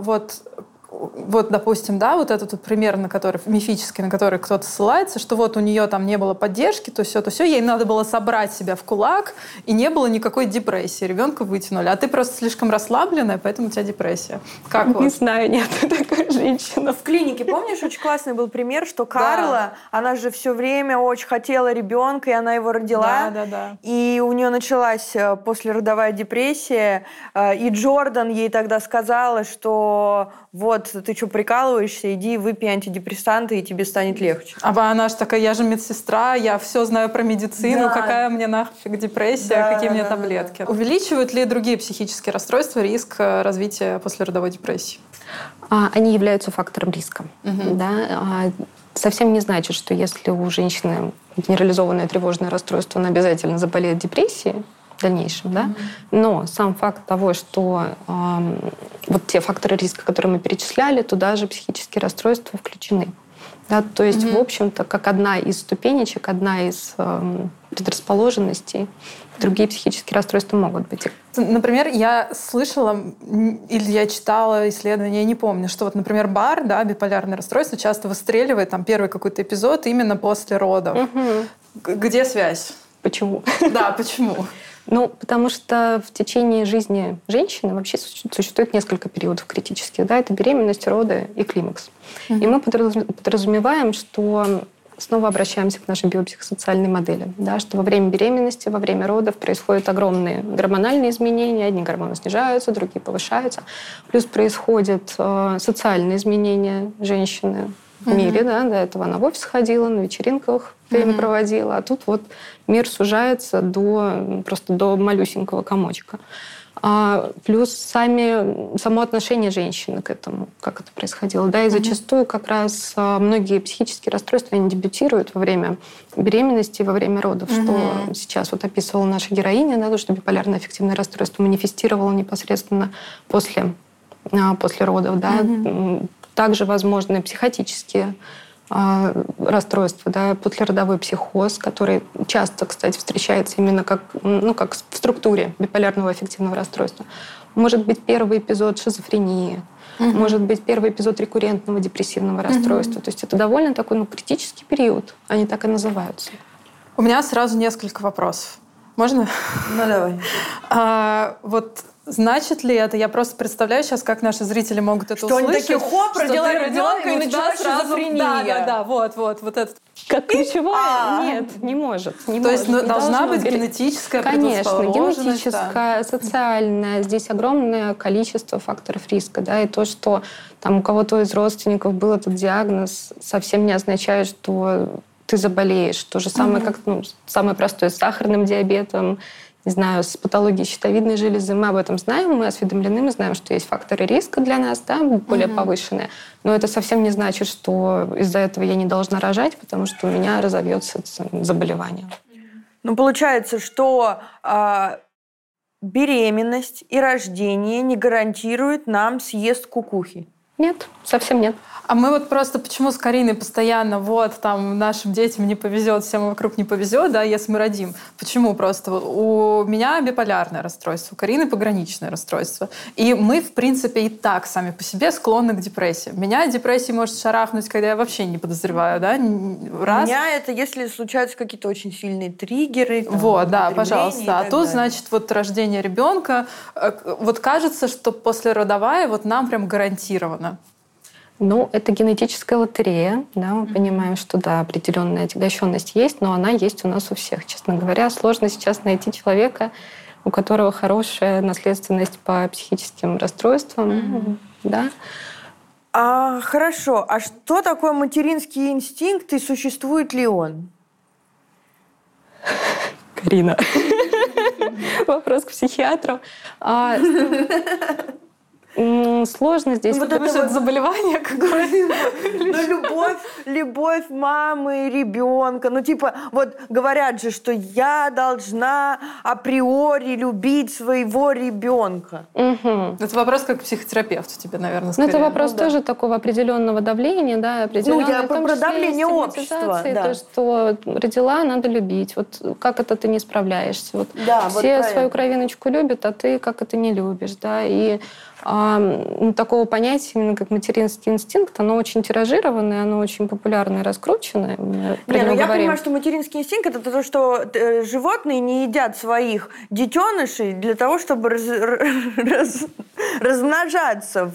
вот, допустим, да, вот этот вот пример, мифический, на который кто-то ссылается, что вот у нее там не было поддержки, то все, ей надо было собрать себя в кулак, и не было никакой депрессии, ребенка вытянули. А ты просто слишком расслабленная, поэтому у тебя депрессия. Как Не знаю, нет такой женщины. В клинике, помнишь, очень классный был пример, что Карла, она же все время очень хотела ребенка, и она его родила. Да. И у нее началась послеродовая депрессия, и Джордан ей тогда сказала, что вот, ты что, прикалываешься, иди выпей антидепрессанты, и тебе станет легче. А она же такая, я же медсестра, я все знаю про медицину, какая мне нафиг депрессия, какие мне таблетки. Увеличивают ли другие психические расстройства риск развития послеродовой депрессии? Они являются фактором риска. Да? Совсем не значит, что если у женщины генерализованное тревожное расстройство, она обязательно заболеет депрессией в дальнейшем, да? Но сам факт того, что вот те факторы риска, которые мы перечисляли, туда же психические расстройства включены. Да? То есть, в общем-то, как одна из ступенечек, одна из предрасположенностей, другие психические расстройства могут быть. Например, я слышала или я читала исследования, я не помню, что вот, например, БАР, да, биполярное расстройство, часто выстреливает там первый какой-то эпизод именно после родов. Где связь? Почему? Да, почему? Ну, потому что в течение жизни женщины вообще существует несколько периодов критических. Да? Это беременность, роды и климакс. И мы подразумеваем, что снова обращаемся к нашей биопсихосоциальной модели, да? Что во время беременности, во время родов происходят огромные гормональные изменения. Одни гормоны снижаются, другие повышаются. Плюс происходят социальные изменения женщины в мире. Да? До этого она в офис ходила, на вечеринках время проводила. А тут вот мир сужается просто до малюсенького комочка. Плюс само отношение женщины к этому, как это происходило. Да? И зачастую как раз многие психические расстройства они дебютируют во время беременности, во время родов, что сейчас вот описывала наша героиня, да, то, что биполярное аффективное расстройство манифестировало непосредственно после родов. Да? Также возможны психотические расстройства, да, послеродовой психоз, который часто, кстати, встречается именно как в структуре биполярного аффективного расстройства. Может быть первый эпизод шизофрении, может быть первый эпизод рекуррентного депрессивного расстройства. То есть это довольно такой критический период, они так и называются. У меня сразу несколько вопросов. Можно? Ну, давай. Вот значит ли это, я просто представляю сейчас, как наши зрители могут это что услышать. Что они такие, хоп, родила ты ребенка, и у тебя началась шизофрения. Да, вот этот. Как ключевое? Нет, не может. То есть должна быть генетическая предрасположенность. Конечно, генетическая, социальная. Здесь огромное количество факторов риска. Да, и то, что там у кого-то из родственников был этот диагноз, совсем не означает, что ты заболеешь. То же самое, как самое простое с сахарным диабетом, не знаю, с патологией щитовидной железы. Мы об этом знаем, мы осведомлены, мы знаем, что есть факторы риска для нас, да, более повышенные. Но это совсем не значит, что из-за этого я не должна рожать, потому что у меня разовьется заболевание. Ну, получается, что беременность и рождение не гарантируют нам съезд кукухи. Нет, совсем нет. А мы вот просто почему с Кариной постоянно там нашим детям не повезет, всем вокруг не повезет, да, если мы родим. Почему просто? У меня биполярное расстройство, у Карины пограничное расстройство. И мы, в принципе, и так сами по себе склонны к депрессии. Меня депрессия может шарахнуть, когда я вообще не подозреваю, да? Раз. У меня это, если случаются какие-то очень сильные триггеры. Там, вот, да, пожалуйста. А тут, значит, вот рождение ребенка, вот кажется, что послеродовая вот нам прям гарантировано. Ну, это генетическая лотерея, да, мы понимаем, что да, определенная отягощенность есть, но она есть у нас у всех. Честно говоря, сложно сейчас найти человека, у которого хорошая наследственность по психическим расстройствам, да. Хорошо, а что такое материнский инстинкт и существует ли он? Карина. Вопрос к психиатру. Сложно здесь. Вот это заболевание какое-то. Любовь мамы и ребенка. Ну, типа, вот говорят же, что я должна априори любить своего ребенка. Это вопрос как психотерапевт у тебя, наверное, скорее. Ну, это вопрос тоже такого определенного давления, да, определенного. Ну, я про давление общества. Да. То, что родила, надо любить. Вот как это ты не справляешься. Вот да, все вот свою кровиночку любят, а ты как это не любишь, да, и такого понятия, именно как материнский инстинкт, оно очень тиражированное, оно очень популярное, раскрученное. Я понимаю, что материнский инстинкт — это то, что животные не едят своих детенышей для того, чтобы размножаться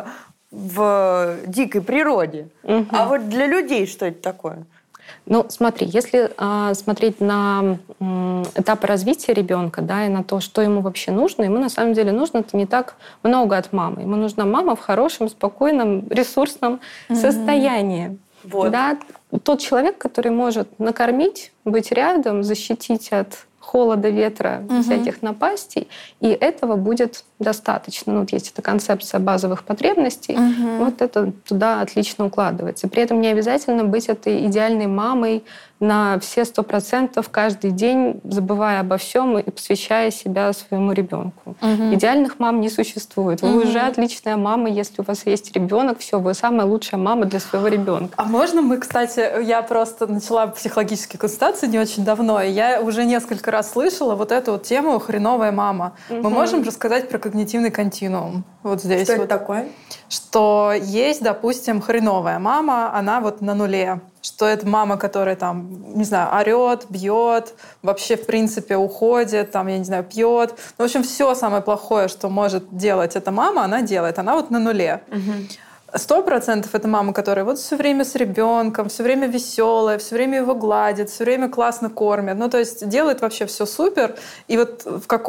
в дикой природе. А вот для людей что это такое? Ну, смотри, если смотреть на этапы развития ребенка, да, и на то, что ему вообще нужно, ему на самом деле нужно-то не так много от мамы. Ему нужна мама в хорошем, спокойном, ресурсном состоянии. Вот. Да? Тот человек, который может накормить, быть рядом, защитить от холода, ветра, всяких напастей, и этого будет достаточно. Ну, вот есть эта концепция базовых потребностей, вот это туда отлично укладывается. При этом не обязательно быть этой идеальной мамой на все 100% каждый день, забывая обо всем и посвящая себя своему ребенку. Идеальных мам не существует. Вы уже отличная мама, если у вас есть ребенок, все, вы самая лучшая мама для своего ребенка. А можно мы, кстати, я просто начала психологические консультации не очень давно, и я уже несколько раз слышала вот эту вот тему «хреновая мама». Мы можем рассказать про когнитивный континуум вот здесь. Что вот, это такое? Что есть, допустим, хреновая мама, она вот на нуле. Что это мама, которая там, не знаю, орет, бьет, вообще, в принципе, уходит, там, я не знаю, пьет. В общем, все самое плохое, что может делать эта мама, она делает. Она вот на нуле. 100% это мама, которая вот все время с ребенком, все время веселая, все время его гладит, все время классно кормит. Ну, то есть делает вообще все супер. И вот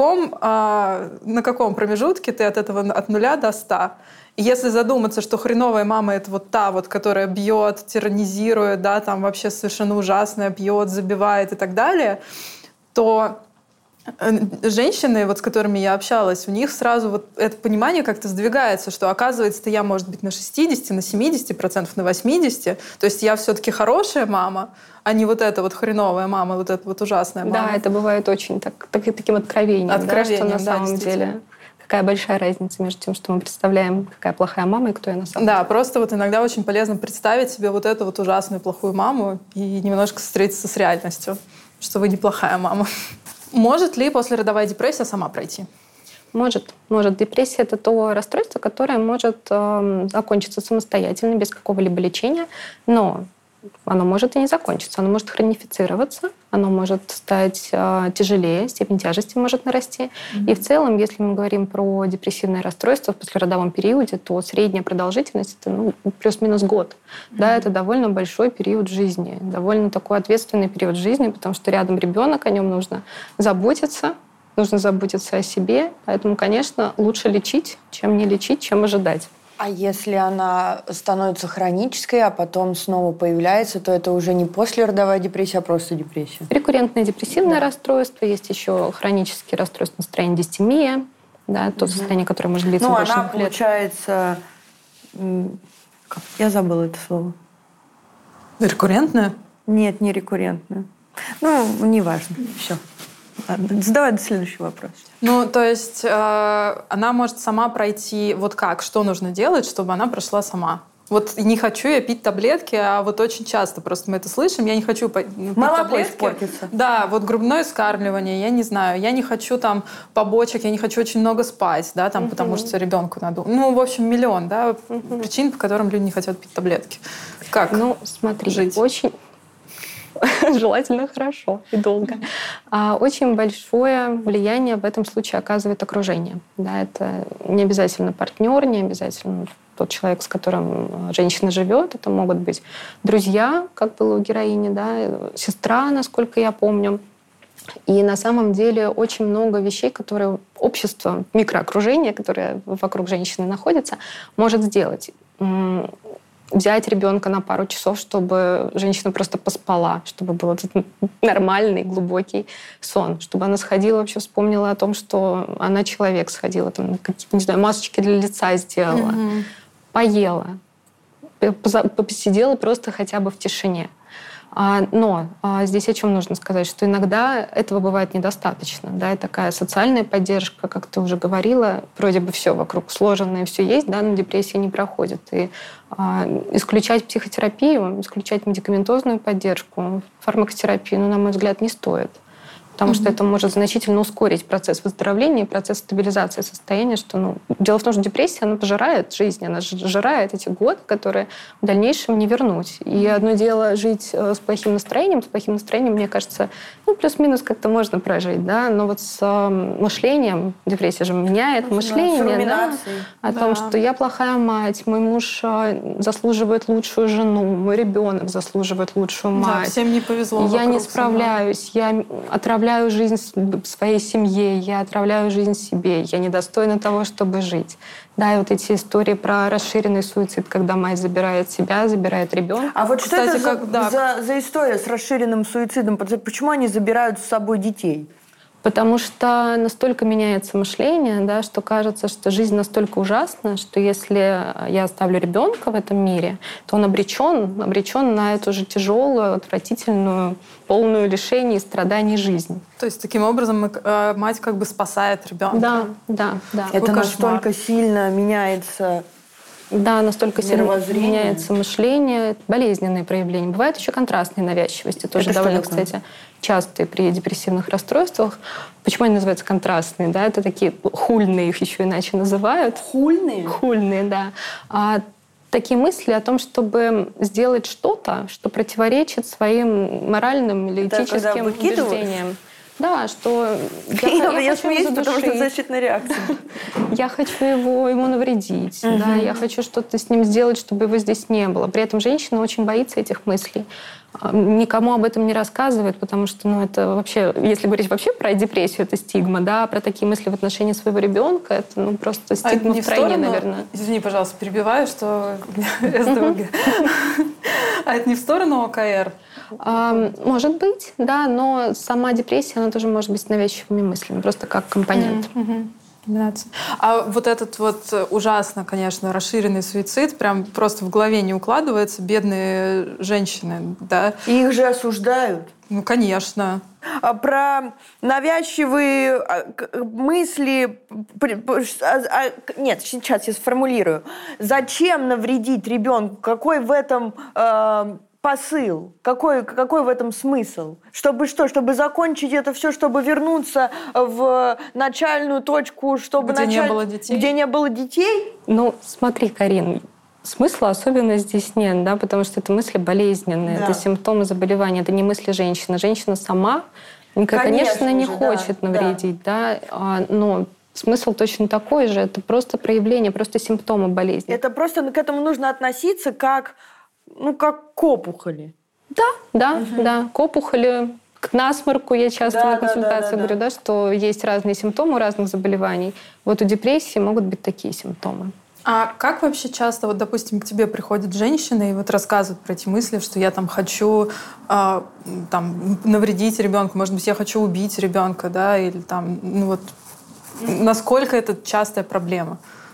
на каком промежутке ты от этого от 0 до 100? И если задуматься, что хреновая мама — это вот та, вот, которая бьет, тиранизирует, да, там вообще совершенно ужасная, бьет, забивает и так далее, то женщины, вот с которыми я общалась, у них сразу вот это понимание как-то сдвигается, что оказывается, я, может быть, на 60, на 70%, на 80%. То есть я все-таки хорошая мама, а не вот эта вот хреновая мама, вот эта вот ужасная мама. Да, это бывает очень таким откровением, да, что на самом деле... Какая большая разница между тем, что мы представляем, какая плохая мама и кто я на самом деле. Да, просто вот иногда очень полезно представить себе вот эту вот ужасную плохую маму и немножко встретиться с реальностью, что вы неплохая мама. Может ли послеродовая депрессия сама пройти? Может. Депрессия — это то расстройство, которое может окончиться самостоятельно, без какого-либо лечения. Но оно может и не закончиться, оно может хронифицироваться, оно может стать тяжелее, степень тяжести может нарасти. И в целом, если мы говорим про депрессивное расстройство в послеродовом периоде, то средняя продолжительность — это плюс-минус год. Да, это довольно большой период жизни, довольно такой ответственный период жизни, потому что рядом ребенок, о нем нужно заботиться о себе. Поэтому, конечно, лучше лечить, чем не лечить, чем ожидать. А если она становится хронической, а потом снова появляется, то это уже не послеродовая депрессия, а просто депрессия? Рекуррентное депрессивное расстройство, есть еще хронические расстройства настроения, дистемия, да, то состояние, которое может длиться больше она, 2 лет. получается... Я забыла это слово. Рекуррентная? Нет, не рекуррентная. Неважно. Все. Ладно, задавай следующий вопрос. То есть она может сама пройти... Вот как? Что нужно делать, чтобы она прошла сама? Вот не хочу я пить таблетки, а вот очень часто просто мы это слышим. Я не хочу пить таблетки. Испортится. Да, вот грудное вскармливание, я не знаю. Я не хочу там побочек, я не хочу очень много спать, да, там, потому что ребенку надо... в общем, миллион, да, причин, по которым люди не хотят пить таблетки. Как смотри, жить? Очень... Желательно хорошо и долго. Очень большое влияние в этом случае оказывает окружение. Да, это не обязательно партнер, не обязательно тот человек, с которым женщина живет. Это могут быть друзья, как было у героини, да, сестра, насколько я помню. И на самом деле очень много вещей, которые общество, микроокружение, которое вокруг женщины находится, может сделать. Взять ребенка на пару часов, чтобы женщина просто поспала, чтобы был этот нормальный, глубокий сон, чтобы она сходила, вообще вспомнила о том, что она человек, сходила, там, какие-то, не знаю, масочки для лица сделала, поела, посидела просто хотя бы в тишине. Но здесь о чем нужно сказать, что иногда этого бывает недостаточно. Да, и такая социальная поддержка, как ты уже говорила, вроде бы все вокруг сложенное, все есть, да, но депрессия не проходит. И исключать психотерапию, исключать медикаментозную поддержку, фармакотерапию, на мой взгляд, не стоит. Потому что это может значительно ускорить процесс выздоровления и процесс стабилизации состояния. Дело в том, что депрессия, она пожирает жизнь, она жирает эти годы, которые в дальнейшем не вернуть. И одно дело жить с плохим настроением, мне кажется, плюс-минус как-то можно прожить, да, но вот с мышлением, депрессия же меняет мышление, да, о том, что я плохая мать, мой муж заслуживает лучшую жену, мой ребенок заслуживает лучшую мать. Да, всем не повезло. Я не справляюсь, я отравляю жизнь своей семье, я отравляю жизнь себе, я недостойна того, чтобы жить. Да, и вот эти истории про расширенный суицид, когда мать забирает себя, забирает ребенка. А вот что это за история с расширенным суицидом? Почему они забирают с собой детей? Потому что настолько меняется мышление, да, что кажется, что жизнь настолько ужасна, что если я оставлю ребенка в этом мире, то он обречен на эту же тяжелую, отвратительную, полную лишений и страданий жизнь. То есть таким образом мать как бы спасает ребенка. Да. Это настолько сильно меняется. Да, настолько сильно меняется мышление, болезненные проявления. Бывают еще контрастные навязчивости, тоже довольно, кстати, частые при депрессивных расстройствах. Почему они называются контрастные? Да, это такие хульные, их еще иначе называют. Хульные? Хульные, да. Такие мысли о том, чтобы сделать что-то, что противоречит своим моральным или этическим убеждениям. Да, что я смеюсь, потому что защитная реакция. Я хочу ему навредить, да, я хочу что-то с ним сделать, чтобы его здесь не было. При этом женщина очень боится этих мыслей. Никому об этом не рассказывает, потому что, это вообще, если говорить вообще про депрессию, это стигма, да, про такие мысли в отношении своего ребенка, это просто стигма втройне, наверное. Извини, пожалуйста, перебиваю, что СДВГ. А это не в сторону ОКР? Может быть, да, но сама депрессия, она тоже может быть с навязчивыми мыслями, просто как компонент. А вот этот вот ужасно, конечно, расширенный суицид прям просто в голове не укладывается. Бедные женщины, да? И их же осуждают. Конечно. Про навязчивые мысли... Нет, сейчас я сформулирую. Зачем навредить ребенку? Какой в этом... посыл? Какой в этом смысл? Чтобы что? Чтобы закончить это все, чтобы вернуться в начальную точку, чтобы где не было детей? Где не было детей? Смотри, Карин, смысла особенно здесь нет, да, потому что это мысли болезненные, это симптомы заболевания, это не мысли женщины. Женщина сама, конечно, не хочет навредить, да, но смысл точно такой же. Это просто проявление, просто симптомы болезни. Это просто к этому нужно относиться как к опухоли. Да, к опухоли, к насморку. Я часто на консультации говорю, да, что есть разные симптомы у разных заболеваний. Вот у депрессии могут быть такие симптомы. А как вообще часто, вот, допустим, к тебе приходят женщины и вот рассказывают про эти мысли, что я там хочу навредить ребенку, может быть, я хочу убить ребенка, да, или там, насколько это частая проблема?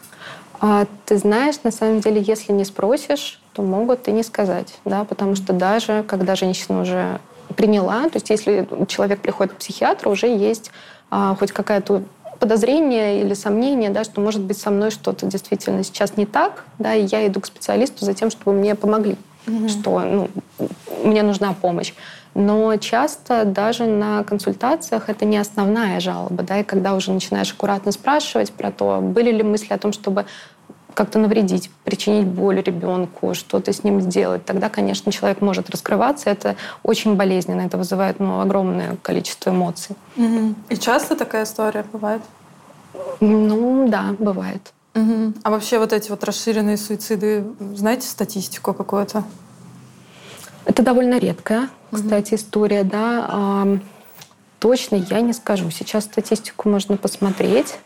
Ты знаешь, на самом деле, если не спросишь, то могут и не сказать, да, потому что даже когда женщина уже приняла, то есть если человек приходит к психиатру, уже есть хоть какая-то подозрение или сомнение, да, что, может быть, со мной что-то действительно сейчас не так, да, и я иду к специалисту за тем, чтобы мне помогли, что мне нужна помощь. Но часто даже на консультациях это не основная жалоба, да, и когда уже начинаешь аккуратно спрашивать про то, были ли мысли о том, чтобы как-то навредить, причинить боль ребенку, что-то с ним сделать, тогда, конечно, человек может раскрываться. Это очень болезненно, это вызывает огромное количество эмоций. И часто такая история бывает? Да, бывает. А вообще вот эти вот расширенные суициды, знаете статистику какую-то? Это довольно редкая, кстати, история, да. Точно я не скажу. Сейчас статистику можно посмотреть.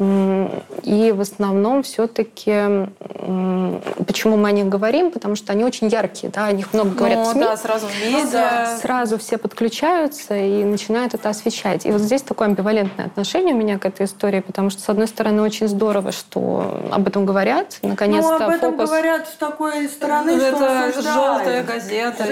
И в основном все-таки, почему мы о них говорим, потому что они очень яркие, да, о них много говорят в СМИ. Да, сразу в медиа. Сразу все подключаются и начинают это освещать. И вот здесь такое амбивалентное отношение у меня к этой истории, потому что, с одной стороны, очень здорово, что об этом говорят. Наконец-то об этом фокус... говорят с такой стороны, что это желтая газета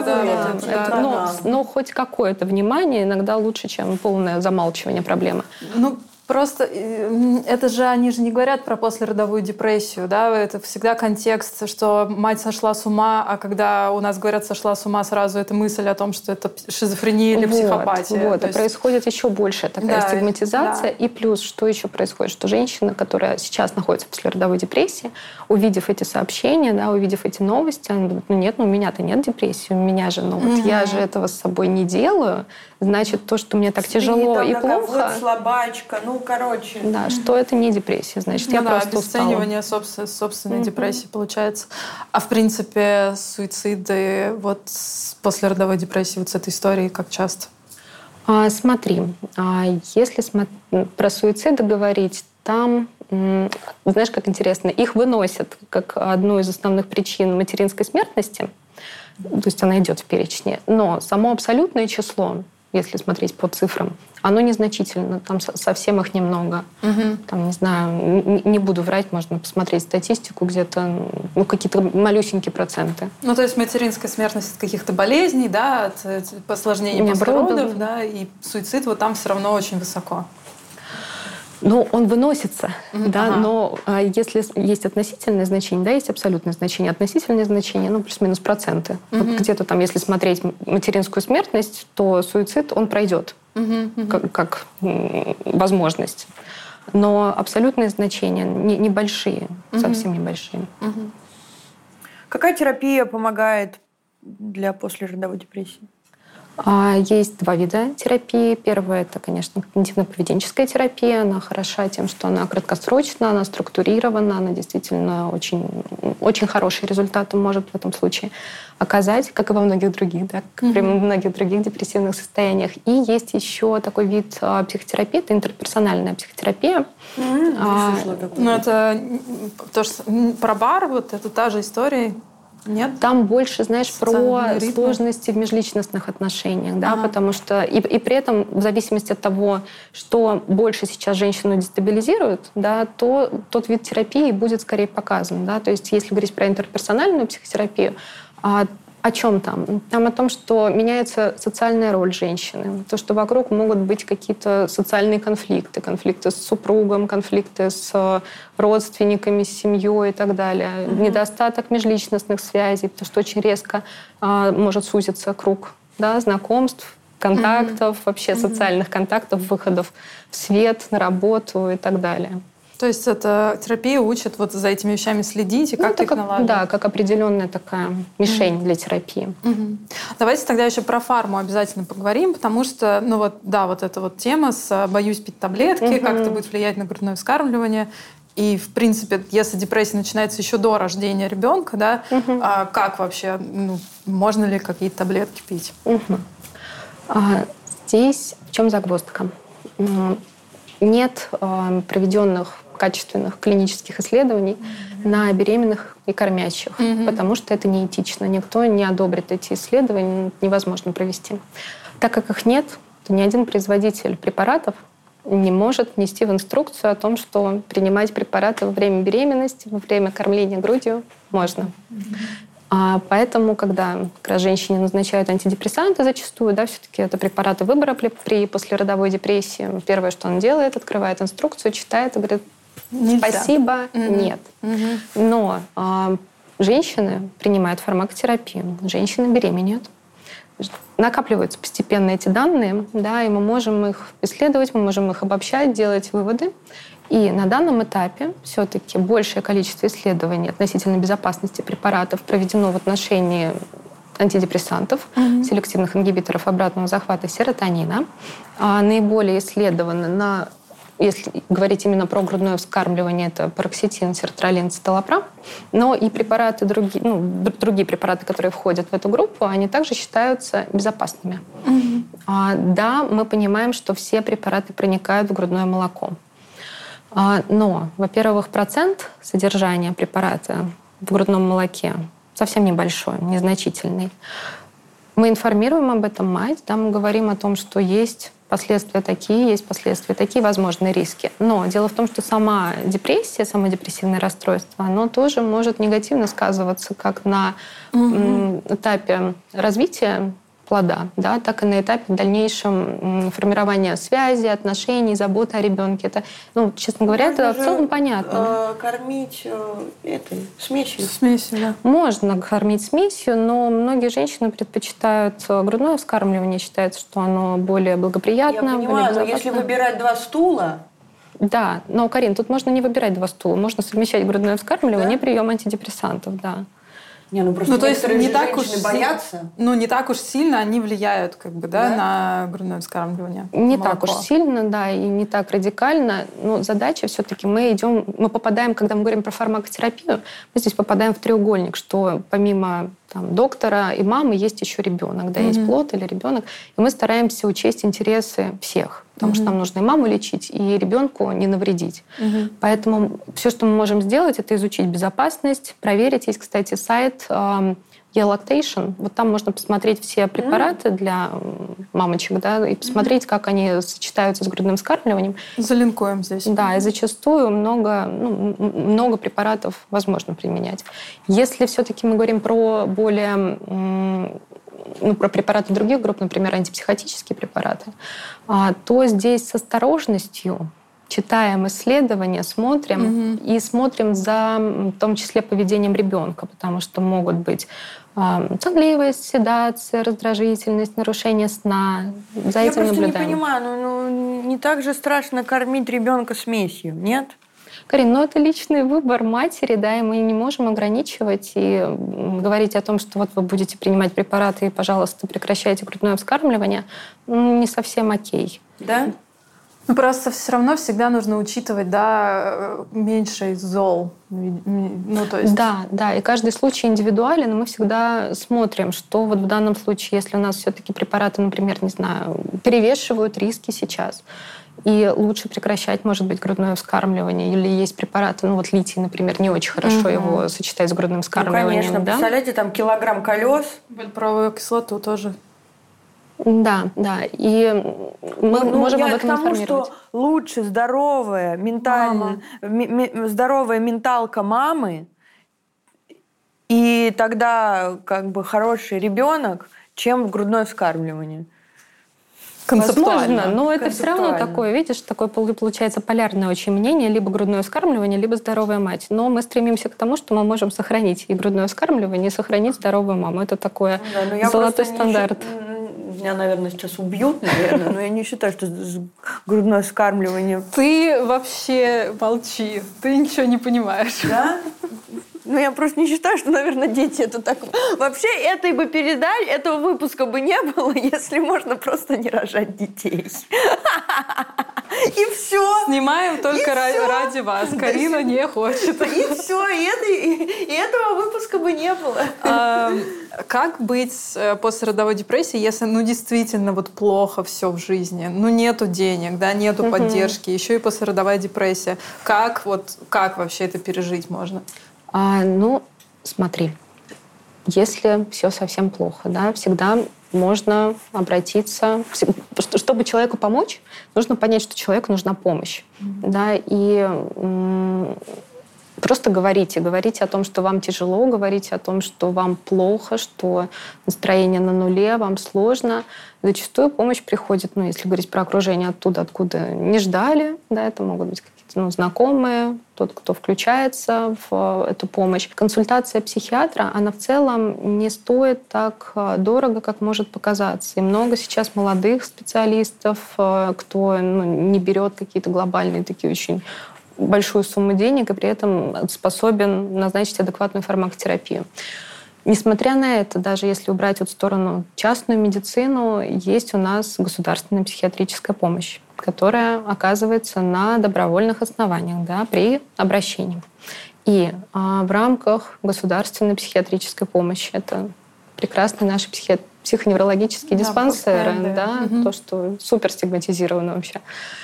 еще. Но хоть какое-то внимание иногда лучше, чем полное замалчивание проблемы. Просто это же они же не говорят про послеродовую депрессию, да? Это всегда контекст, что мать сошла с ума, а когда у нас говорят «сошла с ума», сразу это мысль о том, что это шизофрения или психопатия. Вот, происходит еще большая такая стигматизация. Да. И плюс, что еще происходит, что женщина, которая сейчас находится в послеродовой депрессии, увидев эти сообщения, да, увидев эти новости, она говорит, нет, у меня-то нет депрессии, у меня же, я же этого с собой не делаю, значит, то, что мне так тяжело и плохо... Вот слабачка, короче. Да, что это не депрессия, значит, я просто обесценивание собственной депрессии получается. А в принципе суициды вот после родовой депрессии, вот с этой историей, как часто? Смотри, если про суициды говорить, там, знаешь, как интересно, их выносят как одну из основных причин материнской смертности, то есть она идет в перечне, но само абсолютное число, если смотреть по цифрам, оно незначительно, там совсем их немного. Там, не знаю, не буду врать, можно посмотреть статистику, где-то какие-то малюсенькие проценты. То есть материнская смертность от каких-то болезней, да, от осложнений после родов, да, и суицид вот там все равно очень высоко. Он выносится, да, но если есть относительное значение, да, есть абсолютное значение, относительное значение, плюс-минус проценты. Вот где-то там, если смотреть материнскую смертность, то суицид, он пройдет как возможность. Но абсолютные значения небольшие, совсем небольшие. Какая терапия помогает для послеродовой депрессии? Есть два вида терапии. Первая — это, конечно, когнитивно-поведенческая терапия. Она хороша тем, что она краткосрочна, она структурирована, она действительно очень, очень хорошие результаты может в этом случае оказать, как и во многих других, да, как и во многих других депрессивных состояниях. И есть еще такой вид психотерапии, это интерперсональная психотерапия. Это то, что про бар, вот это та же история. Нет? Там больше, знаешь, про сложности в межличностных отношениях, да, потому что и при этом в зависимости от того, что больше сейчас женщину дестабилизирует, да, то тот вид терапии будет скорее показан, да, то есть если говорить про интерперсональную психотерапию, о чем там? Там о том, что меняется социальная роль женщины, то, что вокруг могут быть какие-то социальные конфликты с супругом, конфликты с родственниками, с семьей и так далее, недостаток межличностных связей, потому что очень резко может сузиться круг, да, знакомств, контактов, вообще социальных контактов, выходов в свет, на работу и так далее. То есть эта терапия учит вот за этими вещами следить и как их наладить? Да, как определенная такая мишень для терапии. Давайте тогда еще про фарму обязательно поговорим, потому что, вот эта вот тема с «боюсь пить таблетки», как это будет влиять на грудное вскармливание. И, в принципе, если депрессия начинается еще до рождения ребенка, да, как вообще, можно ли какие-то таблетки пить? Здесь в чем загвоздка? Нет проведенных качественных клинических исследований на беременных и кормящих, потому что это неэтично. Никто не одобрит эти исследования, невозможно провести. Так как их нет, то ни один производитель препаратов не может внести в инструкцию о том, что принимать препараты во время беременности, во время кормления грудью можно. Поэтому, когда как раз женщине назначают антидепрессанты зачастую, да, все-таки это препараты выбора при послеродовой депрессии, первое, что он делает, открывает инструкцию, читает и говорит: спасибо, нет. Но женщины принимают фармакотерапию, женщины беременеют. Накапливаются постепенно эти данные, да, и мы можем их исследовать, мы можем их обобщать, делать выводы. И на данном этапе все-таки большее количество исследований относительно безопасности препаратов проведено в отношении антидепрессантов, селективных ингибиторов обратного захвата серотонина. Наиболее исследовано если говорить именно про грудное вскармливание, это пароксетин, сертралин, циталопрам, но и препараты другие препараты, которые входят в эту группу, они также считаются безопасными. Да, мы понимаем, что все препараты проникают в грудное молоко. Но, во-первых, процент содержания препарата в грудном молоке совсем небольшой, незначительный. Мы информируем об этом мать, да, мы говорим о том, что есть последствия такие, возможные риски. Но дело в том, что сама депрессия, само депрессивное расстройство, оно тоже может негативно сказываться как на этапе развития плода, да, так и на этапе дальнейшем формирования связи, отношений, заботы о ребенке. Это, честно говоря, это в целом понятно. Кормить смесью. Смесью, да. Можно кормить смесью, но многие женщины предпочитают грудное вскармливание, считают, что оно более благоприятно. Я понимаю, но если выбирать два стула... Да, но, Карин, тут можно не выбирать два стула. Можно совмещать грудное вскармливание и прием антидепрессантов, да. То есть не так уж боятся. Не так уж сильно они влияют, на грудное вскармливание. Не так уж сильно, да, и не так радикально. Но задача все-таки мы попадаем, когда мы говорим про фармакотерапию, мы здесь попадаем в треугольник, что помимо доктора и мамы есть еще ребенок, да, есть плод или ребенок, и мы стараемся учесть интересы всех. Потому что нам нужно и маму лечить, и ребенку не навредить. Поэтому все, что мы можем сделать, это изучить безопасность, проверить. Есть, кстати, сайт eLactation. Вот там можно посмотреть все препараты для мамочек, да, и посмотреть, как они сочетаются с грудным вскармливанием. Залинкуем здесь. Да, и зачастую много препаратов возможно применять. Если все-таки мы говорим про более... про препараты других групп, например, антипсихотические препараты, то здесь с осторожностью читаем исследования, смотрим и смотрим за, в том числе, поведением ребенка, потому что могут быть сонливость, седация, раздражительность, нарушение сна. За этим наблюдаем. Я просто не понимаю, не так же страшно кормить ребенка смесью, нет? Карин, это личный выбор матери, да, и мы не можем ограничивать и говорить о том, что вот вы будете принимать препараты и, пожалуйста, прекращайте грудное вскармливание, не совсем окей. Да? Просто все равно всегда нужно учитывать, да, меньше зол. То есть... Да, и каждый случай индивидуален, и мы всегда смотрим, что вот в данном случае, если у нас все-таки препараты, например, не знаю, перевешивают риски сейчас, и лучше прекращать, может быть, грудное вскармливание, или есть препараты, литий, например, не очень хорошо его сочетать с грудным вскармливанием. Конечно, да? Представляете, там килограмм колес. Вальпровую кислоту тоже. Да, и мы можем об этом информировать. Я к тому, что лучше здоровая менталка мамы, и тогда хороший ребенок, чем грудное вскармливание. Возможно, но это все равно такое, видишь, такое получается полярное очень мнение, либо грудное вскармливание, либо здоровая мать. Но мы стремимся к тому, что мы можем сохранить и грудное вскармливание, и сохранить здоровую маму. Это такой золотой стандарт. меня, наверное, сейчас убьют, наверное, но я не считаю, что грудное вскармливание... Ты вообще молчи, ты ничего не понимаешь. Да? Ну, я просто не считаю, что, наверное, дети это так... Вообще, этой бы передачи, этого выпуска бы не было, если можно просто не рожать детей. И все. Снимаем только ради вас. Карина не хочет. И все, и этого выпуска бы не было. Как быть после родовой депрессии, если, действительно, плохо все в жизни? Нету денег, да, нету поддержки, еще и послеродовая депрессия. Как вообще это пережить можно? Смотри, если все совсем плохо, да, всегда можно обратиться, чтобы человеку помочь, нужно понять, что человеку нужна помощь, да, и просто говорите о том, что вам тяжело, говорите о том, что вам плохо, что настроение на нуле, вам сложно. Зачастую помощь приходит, если говорить про окружение, оттуда, откуда не ждали, да, это могут быть какие-то знакомые, тот, кто включается в эту помощь. Консультация психиатра, она в целом не стоит так дорого, как может показаться. И много сейчас молодых специалистов, кто не берет какие-то глобальные такие очень большую сумму денег и при этом способен назначить адекватную фармакотерапию. Несмотря на это, даже если убрать в сторону частную медицину, есть у нас государственная психиатрическая помощь, которая оказывается на добровольных основаниях, да, при обращении. И в рамках государственной психиатрической помощи, это прекрасные наши психоневрологические диспансеры, то, что супер стигматизировано вообще,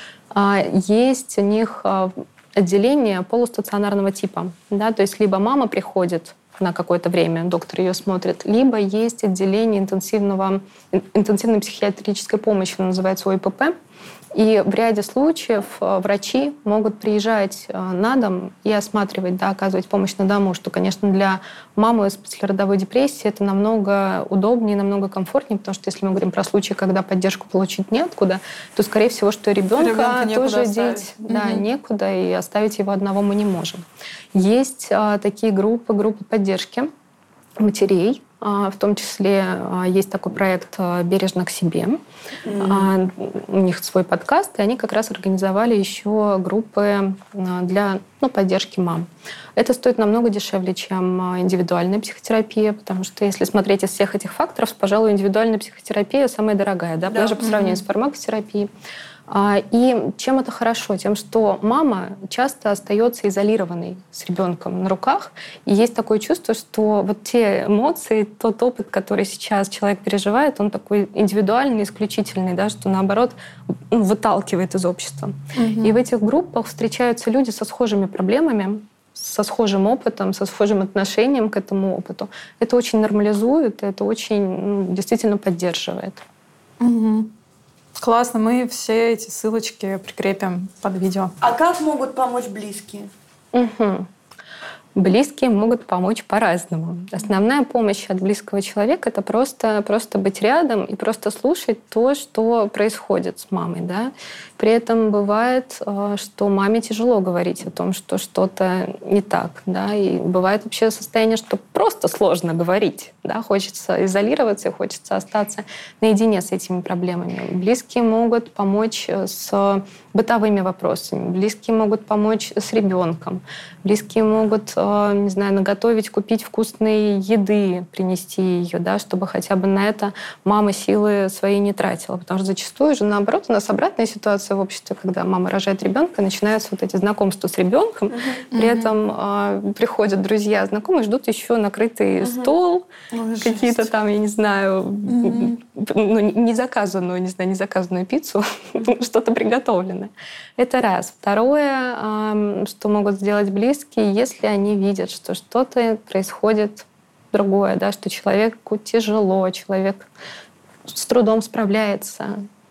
есть у них отделение полустационарного типа. Да? То есть либо мама приходит на какое-то время, доктор ее смотрит, либо есть отделение интенсивной психиатрической помощи, оно называется ОИПП. И в ряде случаев врачи могут приезжать на дом и осматривать, да, оказывать помощь на дому, что, конечно, для мамы с послеродовой депрессией это намного удобнее, намного комфортнее, потому что если мы говорим про случаи, когда поддержку получить неоткуда, то, скорее всего, что ребенка тоже деть некуда, и оставить его одного мы не можем. Есть такие группы поддержки матерей, в том числе есть такой проект «Бережно к себе». У них свой подкаст, и они как раз организовали еще группы для поддержки мам. Это стоит намного дешевле, чем индивидуальная психотерапия, потому что если смотреть из всех этих факторов, пожалуй, индивидуальная психотерапия самая дорогая, да, даже по сравнению с фармакотерапией. И чем это хорошо? Тем, что мама часто остается изолированной с ребенком на руках, и есть такое чувство, что те эмоции, тот опыт, который сейчас человек переживает, он такой индивидуальный, исключительный, да, что наоборот выталкивает из общества. И в этих группах встречаются люди со схожими проблемами, со схожим опытом, со схожим отношением к этому опыту. Это очень нормализует, это очень действительно поддерживает. Классно, мы все эти ссылочки прикрепим под видео. А как могут помочь близкие? Близкие могут помочь по-разному. Основная помощь от близкого человека — это просто быть рядом и просто слушать то, что происходит с мамой. Да? При этом бывает, что маме тяжело говорить о том, что что-то не так. Да? И бывает вообще состояние, что просто сложно говорить. Да? Хочется изолироваться, хочется остаться наедине с этими проблемами. Близкие могут помочь с бытовыми вопросами. Близкие могут помочь с ребенком. Близкие могут, не знаю, наготовить, купить вкусной еды, принести ее, да, чтобы хотя бы на это мама силы свои не тратила. Потому что зачастую же, наоборот, у нас обратная ситуация в обществе, когда мама рожает ребенка, начинаются эти знакомства с ребенком, при этом приходят друзья, знакомые, ждут еще накрытый стол, какие-то там, я не знаю, незаказанную пиццу, что-то приготовленное. Это раз. Второе, что могут сделать близкие, если они видят, что что-то происходит другое, да, что человеку тяжело, человек с трудом справляется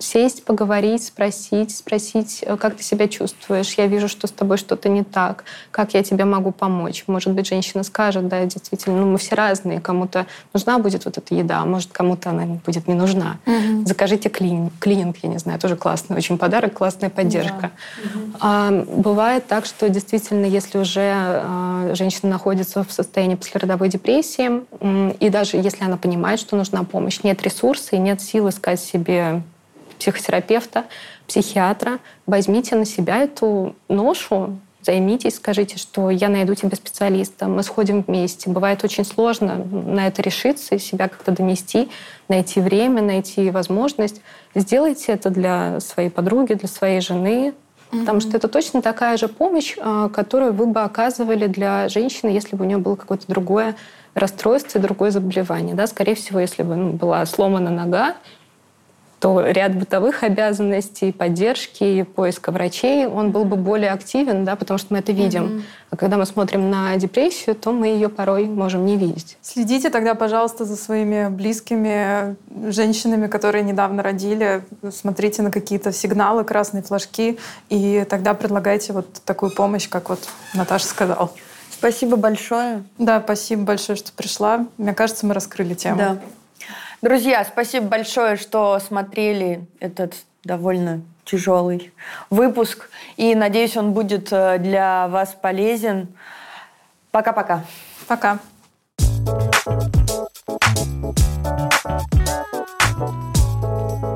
сесть, поговорить, спросить, как ты себя чувствуешь. Я вижу, что с тобой что-то не так. Как я тебе могу помочь? Может быть, женщина скажет, да, действительно, мы все разные. Кому-то нужна будет вот эта еда, а может, кому-то она будет не нужна. Закажите клининг, я не знаю, тоже классный очень подарок, классная поддержка. Бывает так, что действительно, если уже женщина находится в состоянии послеродовой депрессии, и даже если она понимает, что нужна помощь, нет ресурса и нет сил искать себе психотерапевта, психиатра, возьмите на себя эту ношу, займитесь, скажите, что я найду тебе специалиста, мы сходим вместе. Бывает очень сложно на это решиться и себя как-то донести, найти время, найти возможность. Сделайте это для своей подруги, для своей жены, потому что это точно такая же помощь, которую вы бы оказывали для женщины, если бы у нее было какое-то другое расстройство, другое заболевание. Да? Скорее всего, если бы была сломана нога, то ряд бытовых обязанностей, поддержки и поиска врачей, он был бы более активен, да, потому что мы это видим. А когда мы смотрим на депрессию, то мы ее порой можем не видеть. Следите тогда, пожалуйста, за своими близкими, женщинами, которые недавно родили. Смотрите на какие-то сигналы, красные флажки, и тогда предлагайте вот такую помощь, как вот Наташа сказала. Спасибо большое. Да, спасибо большое, что пришла. Мне кажется, мы раскрыли тему. Да. Друзья, спасибо большое, что смотрели этот довольно тяжелый выпуск. И надеюсь, он будет для вас полезен. Пока-пока. Пока. Пока.